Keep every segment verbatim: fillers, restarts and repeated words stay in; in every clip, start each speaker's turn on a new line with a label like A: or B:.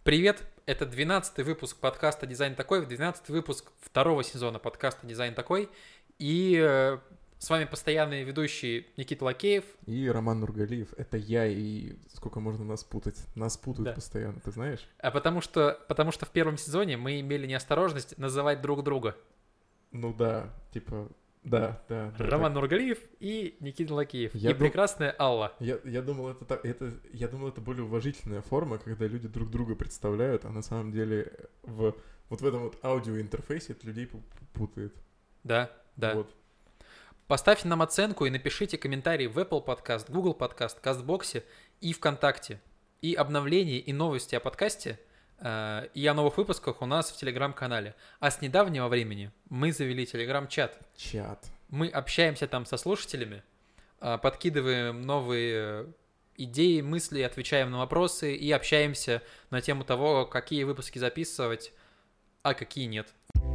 A: Привет, это двенадцатый выпуск подкаста «Дизайн такой», двенадцатый выпуск второго сезона подкаста «Дизайн такой». И э, с вами постоянные ведущие Никита Лакеев.
B: И Роман Нургалиев. Это я, и сколько можно нас путать. Нас путают
A: Да.
B: постоянно, ты знаешь?
A: А потому что, потому что в первом сезоне мы имели неосторожность называть друг друга.
B: Ну да, типа, да, да. да
A: Роман
B: так.
A: Нургалиев и Никита Лакеев.
B: Я
A: и
B: дум-
A: прекрасная Алла.
B: Я, я думал, это, так- это, я думал, это более уважительная форма, когда люди друг друга представляют, а на самом деле в, вот в этом вот аудиоинтерфейсе это людей пу- путает.
A: Да, да.
B: Вот.
A: Поставьте нам оценку и напишите комментарии в Apple Podcast, Google Podcast, Кастбоксе и ВКонтакте. И обновления, и новости о подкасте, э, и о новых выпусках у нас в Телеграм-канале. А с недавнего времени мы завели Телеграм-чат.
B: Чат.
A: Мы общаемся там со слушателями, э, подкидываем новые идеи, мысли, отвечаем на вопросы и общаемся на тему того, какие выпуски записывать, а какие нет.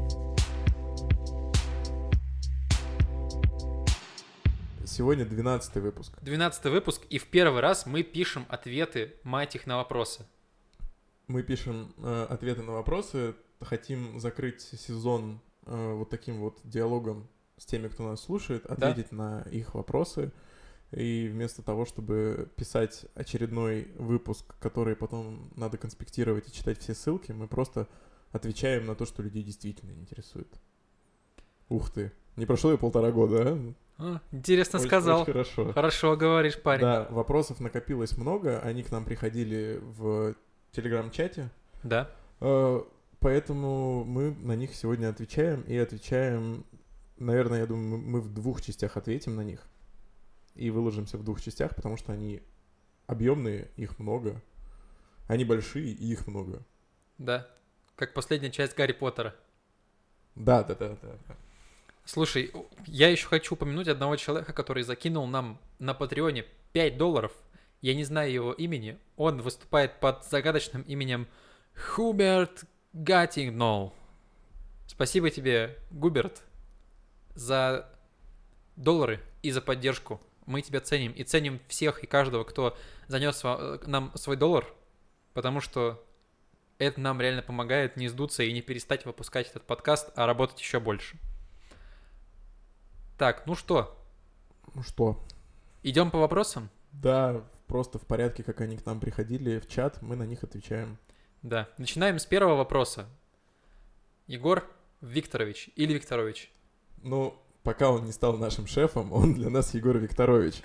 B: Сегодня двенадцатый выпуск.
A: двенадцатый выпуск, и в первый раз мы пишем ответы матих на вопросы.
B: Мы пишем э, ответы на вопросы, хотим закрыть сезон э, вот таким вот диалогом с теми, кто нас слушает, ответить на их вопросы. И вместо того, чтобы писать очередной выпуск, который потом надо конспектировать и читать все ссылки, мы просто отвечаем на то, что людей действительно интересует. Ух ты. Не прошло и полтора года, а?
A: А, интересно
B: Очень-
A: сказал.
B: Очень хорошо.
A: Хорошо говоришь, парень.
B: Да, вопросов накопилось много, они к нам приходили в телеграм-чате.
A: Да.
B: Э, Поэтому мы на них сегодня отвечаем. И отвечаем, наверное, я думаю, мы- мы в двух частях ответим на них. И выложимся в двух частях, потому что они объемные, их много. Они большие, и их много.
A: Да. Как последняя часть Гарри Поттера.
B: Да, да, да, да. да.
A: Слушай, я еще хочу упомянуть одного человека, который закинул нам на Патреоне пять долларов. Я не знаю его имени. Он выступает под загадочным именем Хуберт Гаттингнолл. Спасибо тебе, Губерт, за доллары и за поддержку. Мы тебя ценим и ценим всех и каждого, кто занес нам свой доллар, потому что это нам реально помогает не сдуться и не перестать выпускать этот подкаст, а работать еще больше. Так, ну что,
B: Ну что?
A: идем по вопросам?
B: Да, просто в порядке, как они к нам приходили в чат, мы на них отвечаем.
A: Да. Начинаем с первого вопроса. Егор Викторович или Викторович?
B: Ну, пока он не стал нашим шефом, он для нас Егор Викторович.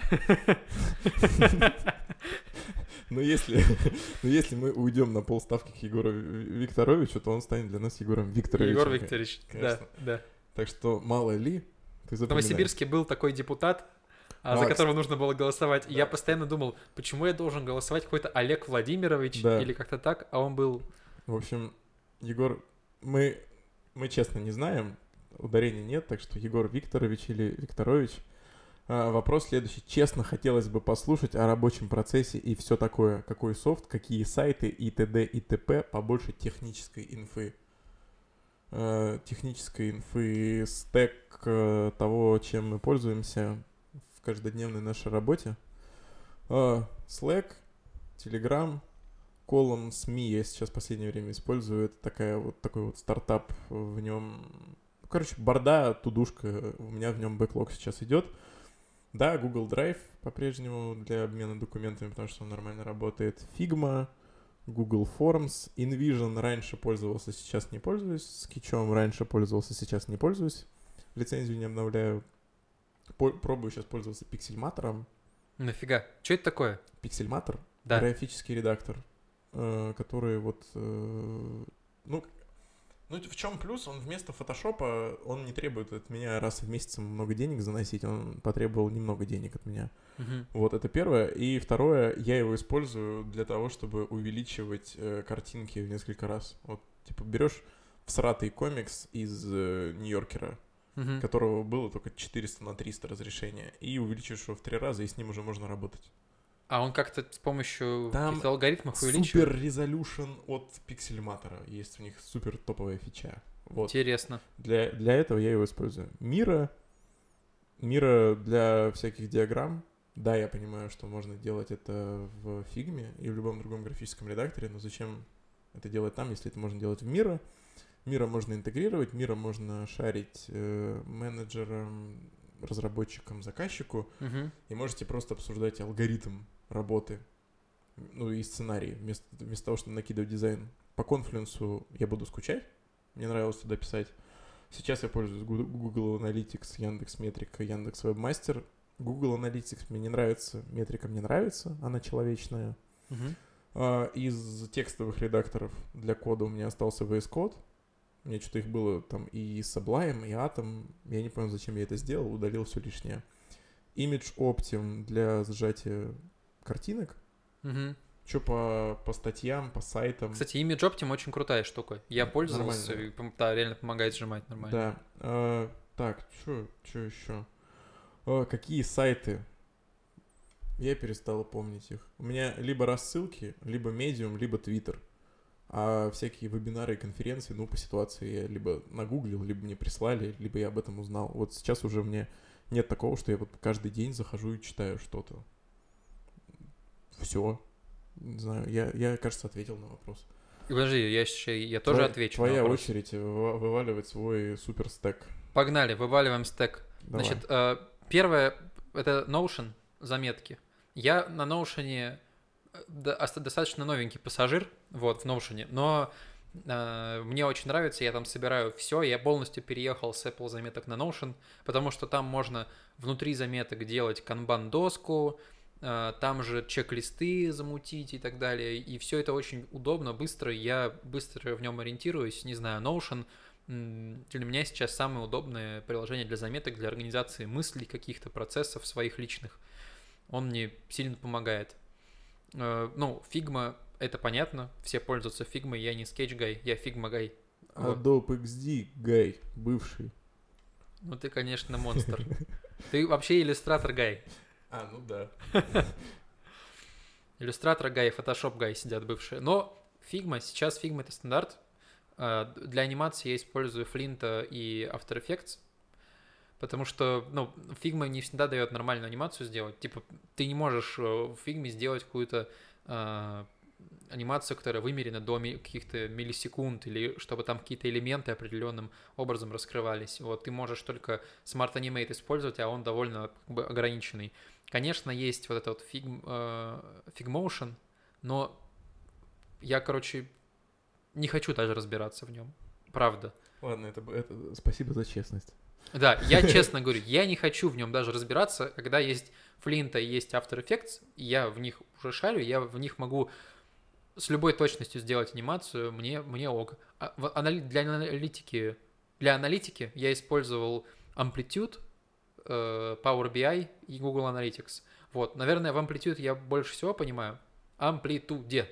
B: Но если, но если мы уйдем на полставки к Егору Викторовичу, то он станет для нас Егором Викторовичем.
A: Егор Викторович, да,
B: конечно.
A: да.
B: Так что мало ли, ты
A: В
B: запоминай.
A: Новосибирске был такой депутат, а, за
B: А,
A: которого нужно было голосовать. И
B: да.
A: я постоянно думал, почему я должен голосовать какой-то Олег Владимирович
B: Да.
A: или как-то так, а он был...
B: В общем, Егор, мы, мы честно не знаем, ударения нет, так что Егор Викторович или Викторович. А, вопрос следующий. Честно, хотелось бы послушать о рабочем процессе и все такое. Какой софт, какие сайты и т.д. и т.п. Побольше технической инфы. Э, технической инфы, стек э, того, чем мы пользуемся в каждодневной нашей работе. Э, Slack, Telegram, Column эс эм и я сейчас в последнее время использую. Это такая вот, такой вот стартап. В нем, короче, борда, тудушка. У меня в нем бэклог сейчас идет. Да, Google Drive по-прежнему для обмена документами, потому что он нормально работает. Figma, Google Forms, InVision раньше пользовался, сейчас не пользуюсь. Sketch'ом раньше пользовался, сейчас не пользуюсь. Лицензию не обновляю. По- пробую сейчас пользоваться Pixelmator.
A: Нафига? Что это такое?
B: Pixelmator —
A: Да.
B: графический редактор, э, который вот... э, ну, ну, в чем плюс? Он вместо фотошопа, он не требует от меня раз в месяц много денег заносить, он потребовал немного денег от меня.
A: Мгм.
B: Вот это первое. И второе, я его использую для того, чтобы увеличивать э, картинки в несколько раз. Вот, типа, берешь всратый комикс из э, Нью-Йоркера,
A: Мгм.
B: которого было только четыреста на триста разрешения, и увеличиваешь его в три раза, и с ним уже можно работать.
A: А он как-то с помощью
B: Там
A: каких-то алгоритмов увеличивает?
B: Супер резолюшн от Pixelmator. Есть у них супер топовая фича. Вот.
A: Интересно.
B: Для, для этого я его использую. Мира. Мира для всяких диаграмм. Да, я понимаю, что можно делать это в фигме и в любом другом графическом редакторе, но зачем это делать там, если это можно делать в Miro. Miro можно интегрировать, Miro можно шарить э, менеджерам, разработчикам, заказчику,
A: Угу.
B: и можете просто обсуждать алгоритм работы, ну и сценарий, вместо, вместо того, чтобы накидывать дизайн. По Confluence я буду скучать, мне нравилось туда писать. Сейчас я пользуюсь Google Analytics, Яндекс.Метрика, Яндекс Webmaster. Google Analytics мне не нравится, метрика мне нравится, она человечная.
A: Угу.
B: Из текстовых редакторов для кода у меня остался ви эс Code. У меня что-то их было там и Sublime, и Atom. Я не понял, зачем я это сделал, удалил все лишнее. Image Optim для сжатия картинок.
A: Угу.
B: Что по, по статьям, по сайтам.
A: Кстати, Image Optim очень крутая штука. Я пользовался,
B: Нормально.
A: и, да, реально помогает сжимать нормально.
B: Да. А, так, что еще? А, какие сайты? Я перестал помнить их. У меня либо рассылки, либо Medium, либо Twitter. А всякие вебинары и конференции, ну, по ситуации я либо нагуглил, либо мне прислали, либо я об этом узнал. Вот сейчас уже мне нет такого, что я вот каждый день захожу и читаю что-то. Все. Не знаю, я, я, кажется, ответил на вопрос.
A: Подожди, я, еще, я тоже
B: Твоя,
A: отвечу
B: Твоя
A: на вопрос.
B: очередь выва- вываливать свой супер стек.
A: Погнали, вываливаем стек.
B: Давай.
A: Значит, э, первое, это Notion, заметки. Я на Notion достаточно новенький пассажир, вот, в Notion, но э, мне очень нравится, я там собираю все, я полностью переехал с Apple заметок на Notion, потому что там можно внутри заметок делать канбан-доску, э, там же чек-листы замутить и так далее, и все это очень удобно, быстро, я быстро в нем ориентируюсь, не знаю, Notion для меня сейчас самое удобное приложение для заметок, для организации мыслей, каких-то процессов своих личных. Он мне сильно помогает. Ну, Figma, это понятно, все пользуются Figma, я не Sketch Guy, я Figma Guy.
B: Adobe икс ди Guy, бывший.
A: Ну ты, конечно, монстр. Ты вообще иллюстратор Guy.
B: А, ну да.
A: Иллюстратор Guy, Photoshop Guy сидят бывшие. Но Figma, сейчас Figma это стандарт. Для анимации я использую Flint и After Effects. Потому что, ну, Figma не всегда дает нормальную анимацию сделать. Типа, ты не можешь в Figma сделать какую-то э, анимацию, которая вымерена до ми- каких-то миллисекунд, или чтобы там какие-то элементы определенным образом раскрывались. Вот, ты можешь только Smart Animate использовать, а он довольно как бы ограниченный. Конечно, есть вот этот вот Fig, э, Figmotion, но я, короче, не хочу даже разбираться в нем. Правда.
B: Ладно, это, это спасибо за честность.
A: Да, я честно говорю, я не хочу в нем даже разбираться, когда есть Flint и есть After Effects, я в них уже шарю, я в них могу с любой точностью сделать анимацию, мне, мне ок. А для аналитики, для аналитики я использовал Amplitude, Power би ай и Google Analytics. Вот, наверное, в Amplitude я больше всего понимаю. Amplitude.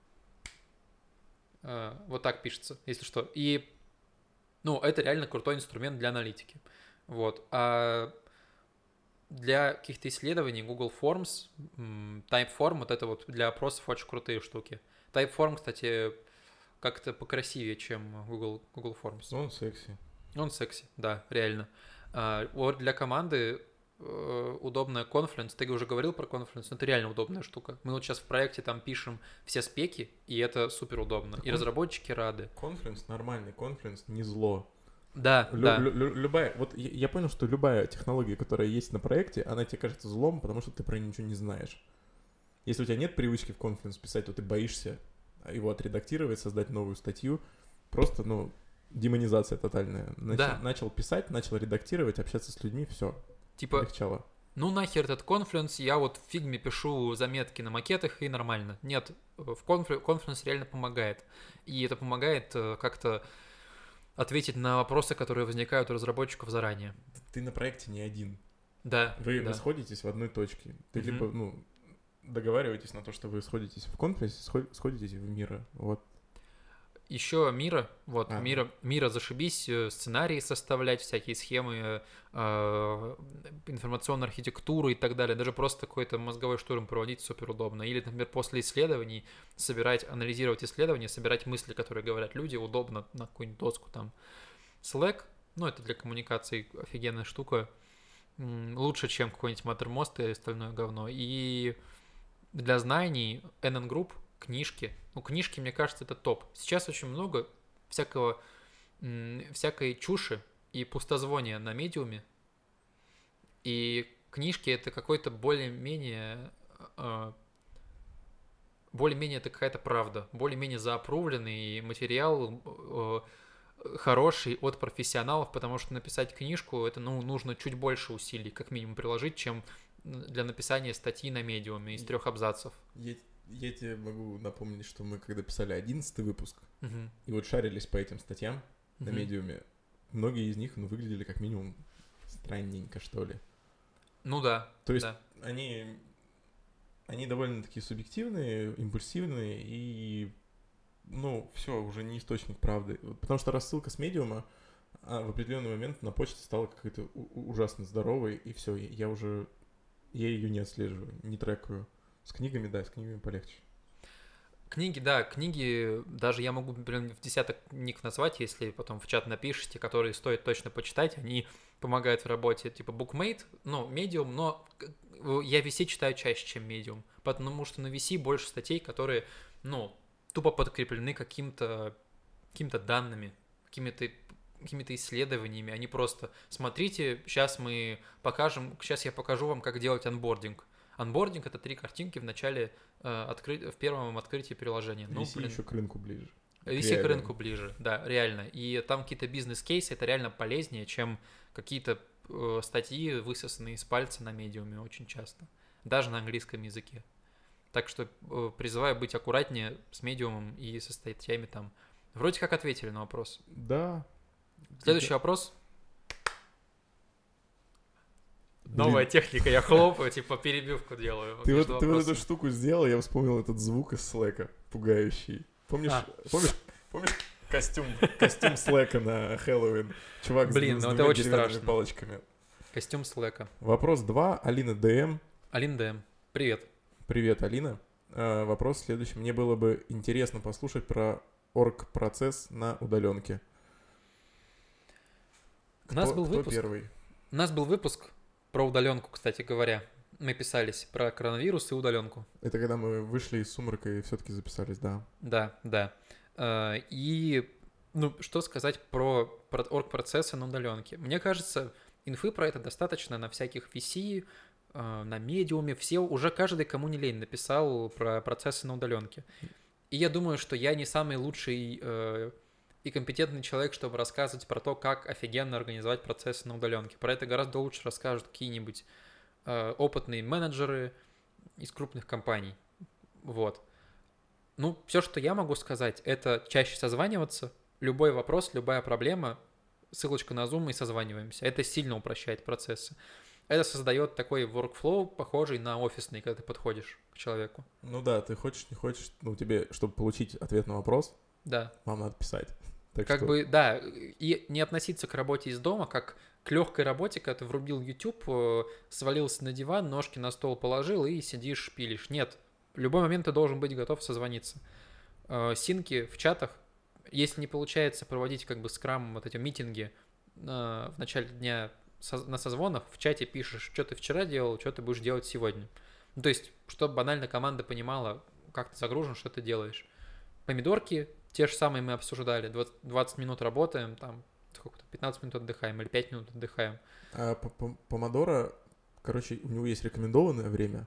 A: Вот так пишется, если что. И ну, это реально крутой инструмент для аналитики. Вот. А для каких-то исследований Google Forms, Typeform, вот это вот для опросов очень крутые штуки. Typeform, кстати, как-то покрасивее, чем Google, Google Forms.
B: Он секси.
A: Он секси, да, реально. А вот для команды удобная Confluence. Ты уже говорил про Confluence, но это реально удобная штука. Мы вот сейчас в проекте там пишем все спеки, и это супер удобно. Так и разработчики рады.
B: Confluence нормальный, Confluence не зло.
A: Да,
B: Лю-
A: да.
B: лю- лю- любая, вот я, я понял, что любая технология, которая есть на проекте, она тебе кажется злом, потому что ты про нее ничего не знаешь. Если у тебя нет привычки в Confluence писать, то ты боишься его отредактировать, создать новую статью. Просто, ну, демонизация тотальная. Нач-
A: Да.
B: Начал писать, начал редактировать, общаться с людьми, все.
A: Типа,
B: Легчало.
A: ну нахер этот Confluence, я вот в фигме пишу заметки на макетах и нормально. Нет, в Conflu- Confluence реально помогает. И это помогает как-то ответить на вопросы, которые возникают у разработчиков заранее.
B: Ты на проекте не один.
A: Да.
B: Вы,
A: да.
B: вы сходитесь в одной точке. Ты
A: Мгм.
B: либо, ну, договариваетесь на то, что вы сходитесь в Confluence, сход- сходитесь в Miro. Вот.
A: Еще Мира, вот,
B: А.
A: Мира, Мира зашибись, э, сценарии составлять, всякие схемы, э, информационную архитектуру и так далее. Даже просто какой-то мозговой штурм проводить супер удобно. Или, например, после исследований собирать, анализировать исследования, собирать мысли, которые говорят люди, удобно на какую-нибудь доску там. Slack, ну, это для коммуникаций офигенная штука. М, Лучше, чем какой-нибудь Mattermost и остальное говно. И для знаний эн эн Group, книжки. Ну, книжки, мне кажется, это топ. Сейчас очень много всякого, м, всякой чуши и пустозвония на медиуме. И книжки это какой-то более-менее... э, более-менее это какая-то правда. Более-менее заапрувленный материал, э, хороший от профессионалов, потому что написать книжку, это, ну, нужно чуть больше усилий, как минимум, приложить, чем для написания статьи на медиуме из трех абзацев.
B: Я, я тебе могу напомнить, что мы когда писали одиннадцатый выпуск,
A: Мгм.
B: и вот шарились по этим статьям на
A: Мгм.
B: медиуме, многие из них, ну, выглядели как минимум странненько, что ли.
A: Ну да.
B: То есть
A: да.
B: они, они довольно-таки субъективные, импульсивные и, ну, все, уже не источник правды. Вот потому что рассылка с медиума а в определенный момент на почте стала какой-то у- ужасно здоровой, и все, я уже, я ее не отслеживаю, не трекаю. С книгами, да, с книгами полегче.
A: Книги, да, книги, даже я могу, блин, в десяток книг назвать, если потом в чат напишите, которые стоит точно почитать, они помогают в работе, типа BookMate, ну, Medium, но я ви си читаю чаще, чем Medium, потому что на ви си больше статей, которые, ну, тупо подкреплены каким-то какими-то данными, какими-то какими-то исследованиями, они просто, смотрите, сейчас мы покажем, сейчас я покажу вам, как делать анбординг. Анбординг — это три картинки в начале, э, откры... в первом открытии приложения.
B: ви си
A: Ну, блин,
B: еще к рынку ближе.
A: ви си к рынку ближе, да, реально. И там какие-то бизнес-кейсы, это реально полезнее, чем какие-то э, статьи, высосанные из пальца на медиуме очень часто, даже на английском языке. Так что э, призываю быть аккуратнее с медиумом и со статьями там. Вроде как ответили на вопрос.
B: Да.
A: Следующий вопрос.
B: Блин.
A: Новая техника, я хлопаю, типа перебивку делаю.
B: Ты
A: между
B: вот, ты вот эту
A: вопросами.
B: штуку сделал, я вспомнил этот звук из Слэка, пугающий. Помнишь,
A: А.
B: помнишь, помнишь костюм, костюм Слэка на Хэллоуин? Чувак с-
A: Блин,
B: с,
A: ну это
B: двумя
A: очень
B: деревянными
A: страшно.
B: палочками.
A: Костюм Слэка.
B: Вопрос два. Алина ДМ.
A: Алин ДМ, привет.
B: Привет, Алина. Э, вопрос следующий. Мне было бы интересно послушать про орг-процесс на удаленке.
A: У нас был
B: кто
A: выпуск.
B: первый?
A: У нас был выпуск про удаленку, кстати говоря. Мы писались про коронавирус и удаленку.
B: Это когда мы вышли из сумрака и все-таки записались, да.
A: Да, да. Э, И, ну, что сказать про, про орг-процессы на удаленке? Мне кажется, инфы про это достаточно на всяких ви си, э, на медиуме. Все, уже каждый, кому не лень, написал про процессы на удаленке. И я думаю, что я не самый лучший э, и компетентный человек, чтобы рассказывать про то, как офигенно организовать процессы на удаленке. Про это гораздо лучше расскажут какие-нибудь э, опытные менеджеры из крупных компаний. Вот. Ну, все, что я могу сказать, это чаще созваниваться. Любой вопрос, любая проблема, ссылочка на Zoom и созваниваемся. Это сильно упрощает процессы. Это создает такой workflow, похожий на офисный, когда ты подходишь к человеку.
B: Ну да, ты хочешь, не хочешь, ну тебе, чтобы получить ответ на вопрос,
A: Да.
B: вам надо писать. Так
A: Как
B: что...
A: бы, да, и не относиться к работе из дома, как к легкой работе, когда ты врубил YouTube, э, свалился на диван, ножки на стол положил и сидишь, пилишь. Нет, в любой момент ты должен быть готов созвониться. Э, Синки в чатах, если не получается проводить как бы скрам, вот эти митинги э, в начале дня со- на созвонах, в чате пишешь, что ты вчера делал, что ты будешь делать сегодня. Ну, то есть, чтобы банально команда понимала, как ты загружен, что ты делаешь. Помидорки те же самые мы обсуждали. двадцать, двадцать минут работаем, там сколько-то, пятнадцать минут отдыхаем или пять минут отдыхаем.
B: А по- по- помодоро, короче, у него есть рекомендованное время,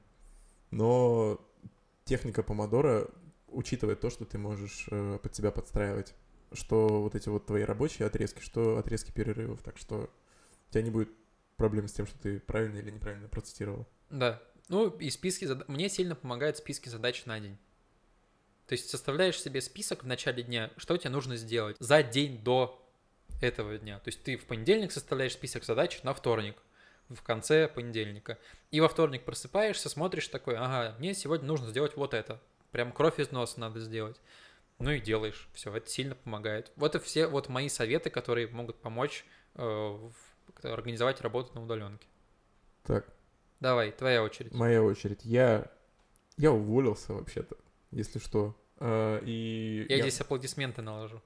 B: но техника помодоро учитывает то, что ты можешь э, под себя подстраивать, что вот эти вот твои рабочие отрезки, что отрезки перерывов, так что у тебя не будет проблем с тем, что ты правильно или неправильно процитировал.
A: Да. Ну и списки задач. Мне сильно помогают списки задач на день. То есть составляешь себе список в начале дня, что тебе нужно сделать за день до этого дня. То есть ты в понедельник составляешь список задач на вторник, в конце понедельника. И во вторник просыпаешься, смотришь такой, ага, мне сегодня нужно сделать вот это. Прям кровь из носа надо сделать. Ну и делаешь. Все, это сильно помогает. Вот и все вот мои советы, которые могут помочь э, в- организовать работу на удаленке.
B: Так,
A: Давай, твоя очередь.
B: моя очередь. Я, я уволился вообще-то, если что. А, и
A: Я здесь аплодисменты наложу.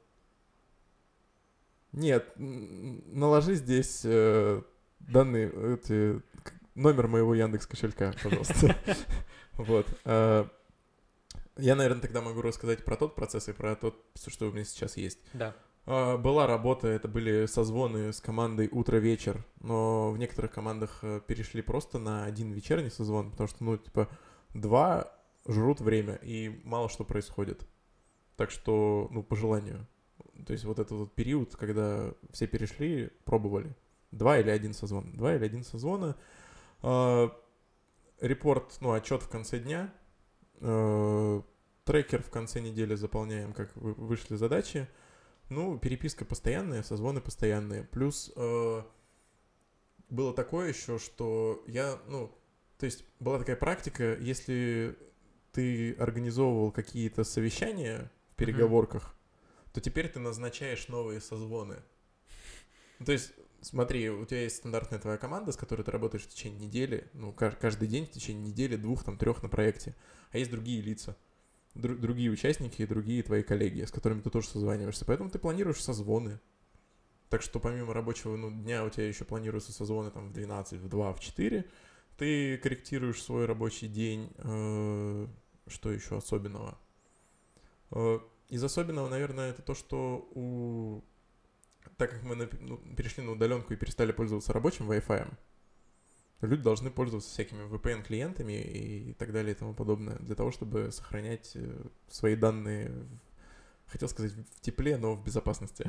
B: Нет, н- наложи здесь э, данные, эти, к- номер моего Яндекс кошелька, пожалуйста. Вот. а, Я, наверное, тогда могу рассказать про тот процесс и про тот, что у меня сейчас есть.
A: Да.
B: А, Была работа, это были созвоны с командой утро-вечер, но в некоторых командах э, перешли просто на один вечерний созвон, потому что, ну, типа, два жрут время, и мало что происходит. Так что, ну, по желанию. То есть вот этот вот период, когда все перешли, пробовали. Два или один созвон. Два или один созвона. А, Репорт, ну, отчет в конце дня. А, Трекер в конце недели заполняем, как вы- вышли задачи. Ну, переписка постоянная, созвоны постоянные. Плюс э, было такое еще, что я, ну, то есть была такая практика, если ты организовывал какие-то совещания в переговорках, то теперь ты назначаешь новые созвоны. Ну, то есть, смотри, у тебя есть стандартная твоя команда, с которой ты работаешь в течение недели, ну, кажд- каждый день в течение недели, двух, там, трех на проекте. А есть другие лица, дру- другие участники и другие твои коллеги, с которыми ты тоже созваниваешься. Поэтому ты планируешь созвоны. Так что помимо рабочего ну, дня у тебя еще планируются созвоны там в двенадцать, в два, в четыре. Ты корректируешь свой рабочий день. Э, Что еще особенного? Э, Из особенного, наверное, это то, что у... так как мы на- ну, перешли на удаленку и перестали пользоваться рабочим Wi-Fi, люди должны пользоваться всякими ви пи эн-клиентами и так далее и тому подобное, для того, чтобы сохранять э, свои данные, в- хотел сказать, в тепле, но в безопасности.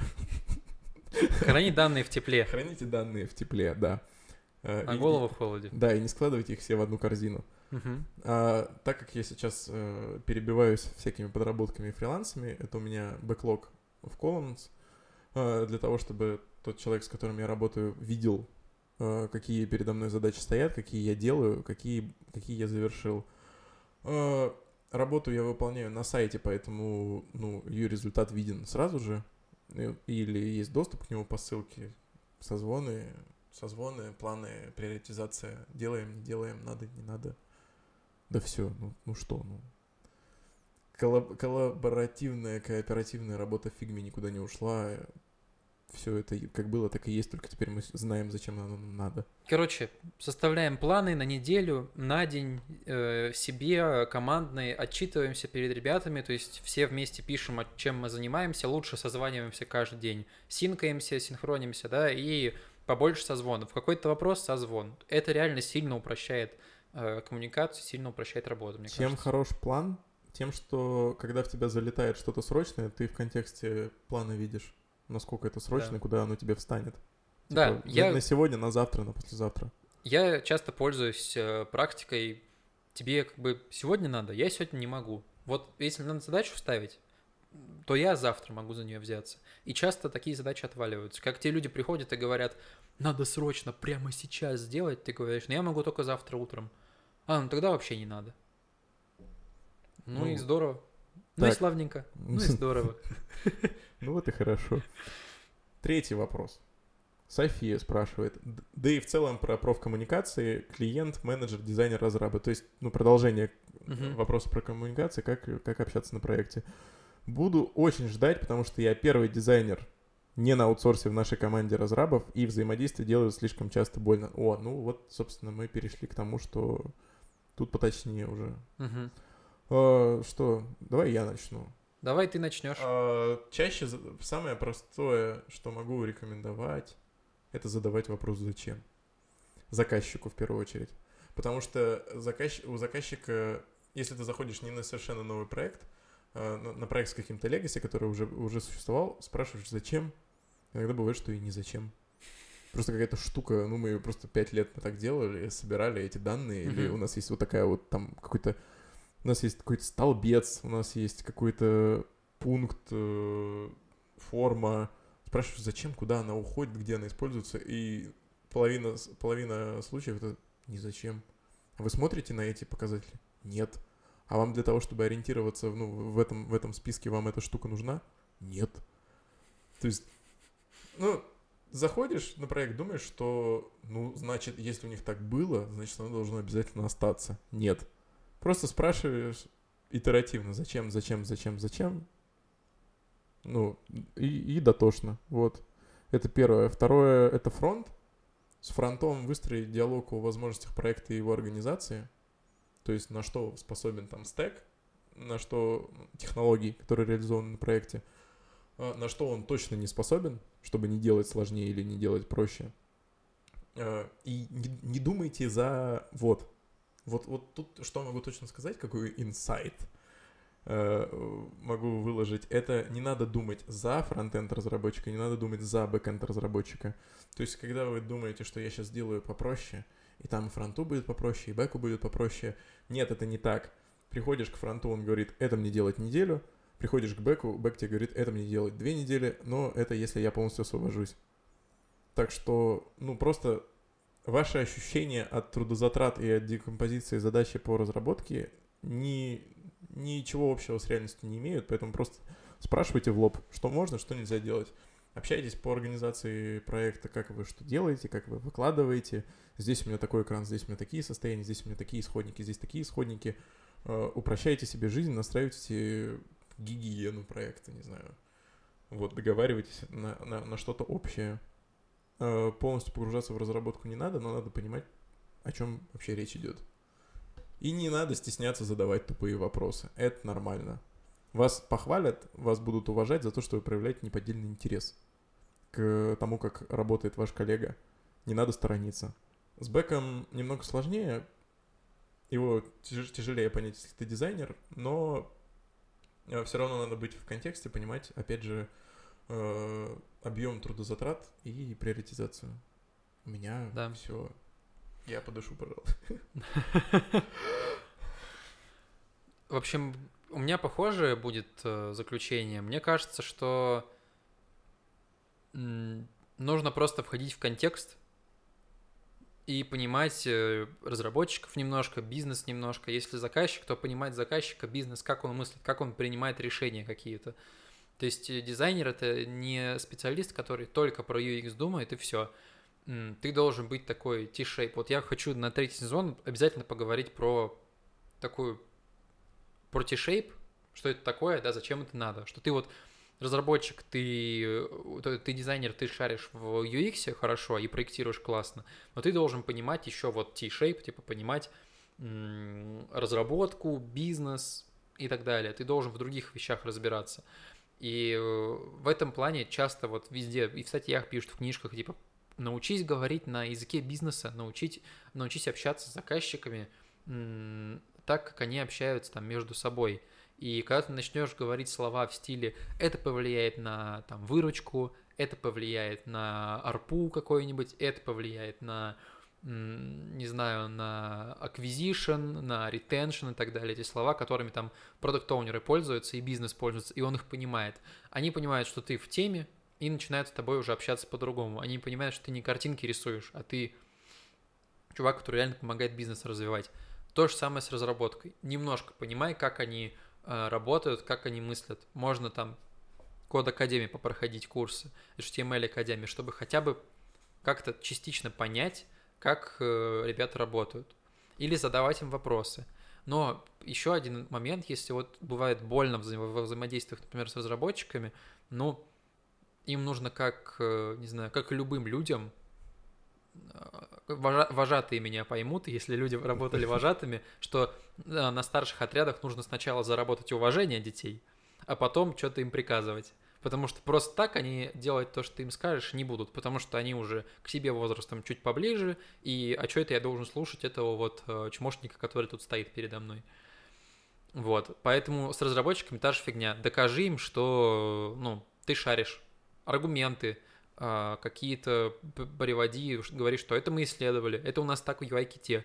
A: Храни данные в тепле,
B: Храните данные в тепле, да. Э,
A: а
B: и-
A: голову
B: и-
A: в холоде.
B: Да, и не складывайте их все в одну корзину.
A: Мгм.
B: А, так как я сейчас э, перебиваюсь всякими подработками и фрилансами, это у меня бэклог в Columns, э, для того, чтобы тот человек, с которым я работаю, видел, э, какие передо мной задачи стоят, какие я делаю, какие, какие я завершил. Э, Работу я выполняю на сайте, поэтому ну, ее результат виден сразу же. Э, Или есть доступ к нему по ссылке. Созвоны, созвоны, планы, приоритизация. Делаем, не делаем, надо, не надо. Да все, ну, ну что, ну. Коллаб- коллаборативная, кооперативная работа фигми никуда не ушла. Все это и- как было, так и есть, только теперь мы с- знаем, зачем оно нам надо.
A: Короче, составляем планы на неделю, на день, э, себе командные, отчитываемся перед ребятами, то есть все вместе пишем, о чем мы занимаемся, лучше созваниваемся каждый день, синкаемся, синхронимся, да, и побольше созвонов. Какой-то вопрос — созвон. Это реально сильно упрощает э, коммуникацию, сильно упрощает работу, мне
B: Чем
A: кажется.
B: хорош план? Тем, что когда в тебя залетает что-то срочное, ты в контексте плана видишь, насколько это срочно,
A: Да.
B: куда оно тебе встанет.
A: Да,
B: Типа, на,
A: я,
B: на сегодня, на завтра, на послезавтра.
A: я часто пользуюсь э, практикой, тебе как бы сегодня надо, я сегодня не могу. Вот если надо задачу ставить, то я завтра могу за нее взяться. И часто такие задачи отваливаются. Как те люди приходят и говорят, надо срочно прямо сейчас сделать, ты говоришь, ну я могу только завтра утром. А, ну тогда вообще не надо. Ну, и
B: Ну,
A: здорово. Ну и
B: так.
A: славненько. Ну и здорово.
B: Ну вот и хорошо. Третий вопрос. София спрашивает. Д- Да и в целом про профкоммуникации, клиент, менеджер, дизайнер, разраба. То есть, ну, продолжение
A: Мгм.
B: вопроса про коммуникации, как, как общаться на проекте. Буду очень ждать, потому что я первый дизайнер не на аутсорсе в нашей команде разрабов, и взаимодействие делаю слишком часто больно. О, ну вот, собственно, мы перешли к тому, что тут поточнее уже.
A: Мгм.
B: А, что, давай я начну.
A: Давай ты начнешь.
B: А, чаще за- самое простое, что могу рекомендовать, это задавать вопрос «зачем?» заказчику в первую очередь. Потому что заказч- у заказчика, если ты заходишь не на совершенно новый проект, а на, на проект с каким-то легаси, который уже, уже существовал, спрашиваешь «зачем?», иногда бывает, что и не «зачем?». Просто какая-то штука, ну, мы ее просто пять лет мы так делали, собирали эти данные, или
A: Мгм.
B: у нас есть вот такая вот там какой-то, у нас есть какой-то столбец, у нас есть какой-то пункт, э, форма. Спрашиваешь, зачем, куда она уходит, где она используется, и половина, с- половина случаев это не зачем. А вы смотрите на эти показатели? Нет. А вам для того, чтобы ориентироваться ну, в, этом, в этом списке, вам эта штука нужна? Нет. То есть, ну, заходишь на проект, думаешь, что, ну, значит, если у них так было, значит, оно должно обязательно остаться. Нет. Просто спрашиваешь итеративно, зачем, зачем, зачем, зачем. Ну, и, и дотошно. Вот. Это первое. Второе, это фронт. С фронтом выстроить диалог о возможностях проекта и его организации. То есть на что способен там стек, на что технологий, которые реализованы на проекте, э, на что он точно не способен, чтобы не делать сложнее или не делать проще. Э, и не, не думайте за вот. Вот, вот тут что могу точно сказать, какой инсайт могу выложить. Это не надо думать за фронтенд разработчика, не надо думать за бэкенд разработчика. То есть, когда вы думаете, что я сейчас сделаю попроще, и там и фронту будет попроще, и бэку будет попроще. Нет, это не так. Приходишь к фронту, он говорит, это мне делать неделю. Приходишь к бэку, бэк тебе говорит, это мне делать две недели, но это если я полностью освобожусь. Так что, ну, просто ваши ощущения от трудозатрат и от декомпозиции задачи по разработке не, ничего общего с реальностью не имеют, поэтому просто спрашивайте в лоб, что можно, что нельзя делать. Общайтесь по организации проекта, как вы что делаете, как вы выкладываете. Здесь у меня такой экран, здесь у меня такие состояния, здесь у меня такие исходники, здесь такие исходники. Uh, упрощайте себе жизнь, настраивайте гигиену проекта, не знаю. Вот, договаривайтесь на, на, на что-то общее. Uh, полностью погружаться в разработку не надо, но надо понимать, о чем вообще речь идет. И не надо стесняться задавать тупые вопросы. Это нормально. Вас похвалят, вас будут уважать за то, что вы проявляете неподдельный интерес к тому, как работает ваш коллега. Не надо сторониться. С бэком немного сложнее. Его тяж- тяжелее понять, если ты дизайнер, но все равно надо быть в контексте, понимать, опять же, э, объем трудозатрат и приоритизацию. У меня
A: да.
B: все. Я подышу, пожалуйста.
A: В общем, у меня похожее будет э, заключение. Мне кажется, что м, нужно просто входить в контекст и понимать э, разработчиков немножко, бизнес немножко. Если заказчик, то понимать заказчика, бизнес, как он мыслит, как он принимает решения какие-то. То есть э, дизайнер — это не специалист, который только про ю экс думает, и все. М, ты должен быть такой T-shape. Вот я хочу на третий сезон обязательно поговорить про такую про T-shape, что это такое, да, зачем это надо, что ты вот разработчик, ты, ты дизайнер, ты шаришь в ю экс хорошо и проектируешь классно, но ты должен понимать еще вот T-shape, типа понимать м- разработку, бизнес и так далее. Ты должен в других вещах разбираться. И в этом плане часто вот везде, и в статьях пишут, в книжках, типа, научись говорить на языке бизнеса, научить, научись общаться с заказчиками м- так, как они общаются там между собой. И когда ты начнешь говорить слова в стиле «это повлияет на там, выручку», «это повлияет на арпу какой-нибудь», «это повлияет на, не знаю, на acquisition», на retention и так далее, эти слова, которыми там продукт-оунеры пользуются и бизнес пользуется, и он их понимает. Они понимают, что ты в теме, и начинают с тобой уже общаться по-другому. Они понимают, что ты не картинки рисуешь, а ты чувак, который реально помогает бизнес развивать. То же самое с разработкой. Немножко понимай, как они э, работают, как они мыслят. Можно там код академии попроходить курсы, эйч ти эм эль академии, чтобы хотя бы как-то частично понять, как э, ребята работают. Или задавать им вопросы. Но еще один момент, если вот бывает больно вза- во взаимодействиях, например, с разработчиками, ну, им нужно как, э, не знаю, как и любым людям, вожатые меня поймут, если люди работали вожатыми, что на старших отрядах нужно сначала заработать уважение детей, а потом что-то им приказывать. Потому что просто так они делать то, что ты им скажешь, не будут, потому что они уже к себе возрастом чуть поближе, и а что это я должен слушать этого вот чмошника, который тут стоит передо мной. Вот, поэтому с разработчиками та же фигня. Докажи им, что, ну, ты шаришь аргументы, какие-то приводи, говори, что это мы исследовали, это у нас так в ю ай-ките,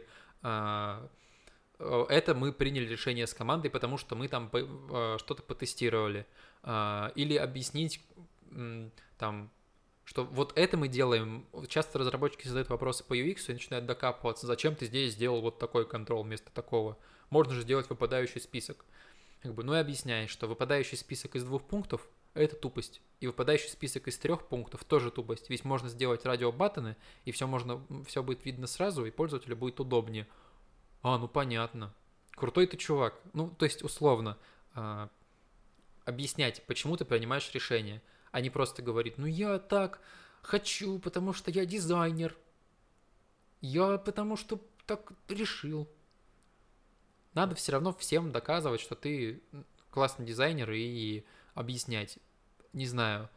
A: это мы приняли решение с командой, потому что мы там что-то потестировали. Или объяснить там, что вот это мы делаем. Часто разработчики задают вопросы по ю экс и начинают докапываться, зачем ты здесь сделал вот такой контрол вместо такого. Можно же сделать выпадающий список. Как бы, ну и объясняешь, что выпадающий список из двух пунктов – это тупость. И выпадающий список из трех пунктов тоже тупость. Ведь можно сделать радиобаттоны, и все, можно, все будет видно сразу, и пользователю будет удобнее. А, ну понятно. Крутой ты чувак. Ну, то есть, условно, э, объяснять, почему ты принимаешь решение, а не просто говорить, ну я так хочу, потому что я дизайнер. Я потому что так решил. Надо все равно всем доказывать, что ты классный дизайнер и объяснять. Не знаю.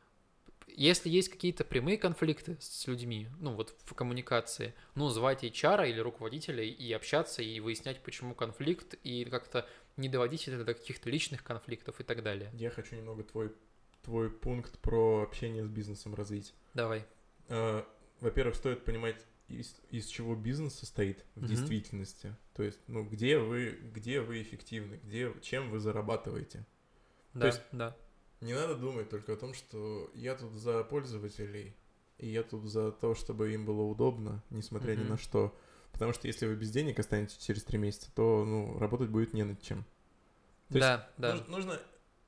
A: Если есть какие-то прямые конфликты с людьми, ну вот в коммуникации, ну звать эйч ар или руководителя и общаться, и выяснять, почему конфликт, и как-то не доводить это до каких-то личных конфликтов и так далее.
B: Я хочу немного твой, твой пункт про общение с бизнесом развить.
A: Давай.
B: А, во-первых, стоит понимать, из, из чего бизнес состоит в mm-hmm. действительности. То есть, ну, где вы, где вы эффективны, где, чем вы зарабатываете.
A: Да,
B: То есть,
A: да.
B: Не надо думать только о том, что я тут за пользователей, и я тут за то, чтобы им было удобно, несмотря mm-hmm. ни на что. Потому что если вы без денег останетесь через три месяца, то ну, работать будет не над чем. То
A: да,
B: есть
A: да.
B: Нужно, нужно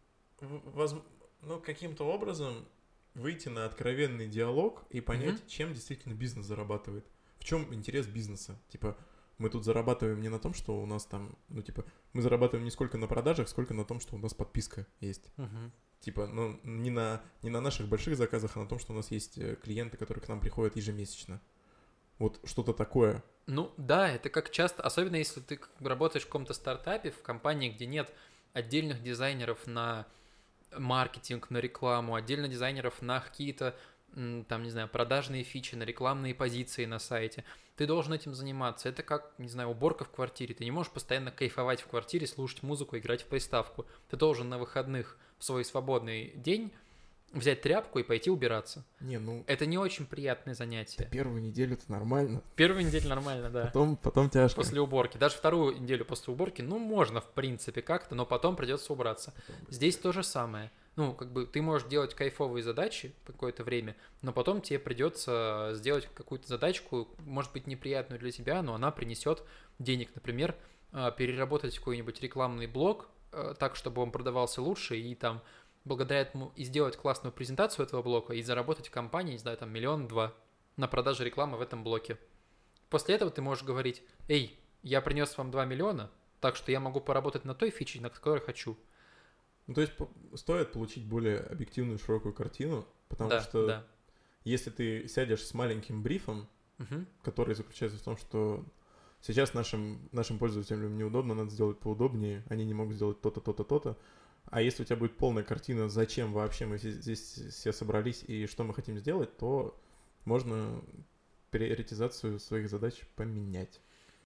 B: воз, ну, каким-то образом выйти на откровенный диалог и понять, mm-hmm. чем действительно бизнес зарабатывает. В чем интерес бизнеса. Типа, мы тут зарабатываем не на том, что у нас там, ну, типа, мы зарабатываем не сколько на продажах, сколько на том, что у нас подписка есть.
A: Mm-hmm.
B: Типа, ну, не на, не на наших больших заказах, а на том, что у нас есть клиенты, которые к нам приходят ежемесячно. Вот что-то такое.
A: Ну, да, это как часто, особенно если ты работаешь в каком-то стартапе, в компании, где нет отдельных дизайнеров на маркетинг, на рекламу, отдельно дизайнеров на какие-то, там, не знаю, продажные фичи, на рекламные позиции на сайте. Ты должен этим заниматься. Это как, не знаю, уборка в квартире. Ты не можешь постоянно кайфовать в квартире, слушать музыку, играть в приставку. Ты должен на выходных в свой свободный день взять тряпку и пойти убираться.
B: Не, ну...
A: Это не очень приятное занятие.
B: Первую неделю это нормально.
A: Первую неделю нормально, да.
B: Потом, потом тяжко.
A: После уборки. Даже вторую неделю после уборки, ну, можно, в принципе, как-то, но потом придется убраться. Здесь то же самое. Ну, как бы ты можешь делать кайфовые задачи какое-то время, но потом тебе придется сделать какую-то задачку, может быть, неприятную для тебя, но она принесет денег. Например, переработать какой-нибудь рекламный блок так, чтобы он продавался лучше, и там благодаря этому и сделать классную презентацию этого блока, и заработать в компании, не знаю, там миллион-два на продаже рекламы в этом блоке. После этого ты можешь говорить: эй, я принес вам два миллиона, так что я могу поработать на той фиче, на которой хочу.
B: Ну, то есть стоит получить более объективную, широкую картину, потому
A: да,
B: что
A: да.
B: если ты сядешь с маленьким брифом,
A: угу.
B: который заключается в том, что сейчас нашим, нашим пользователям неудобно, надо сделать поудобнее, они не могут сделать то-то, то-то, то-то, а если у тебя будет полная картина, зачем вообще мы здесь все собрались и что мы хотим сделать, то можно приоритизацию своих задач поменять.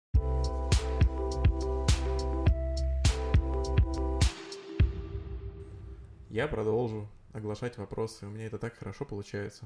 B: Я продолжу оглашать вопросы. У меня это так хорошо получается.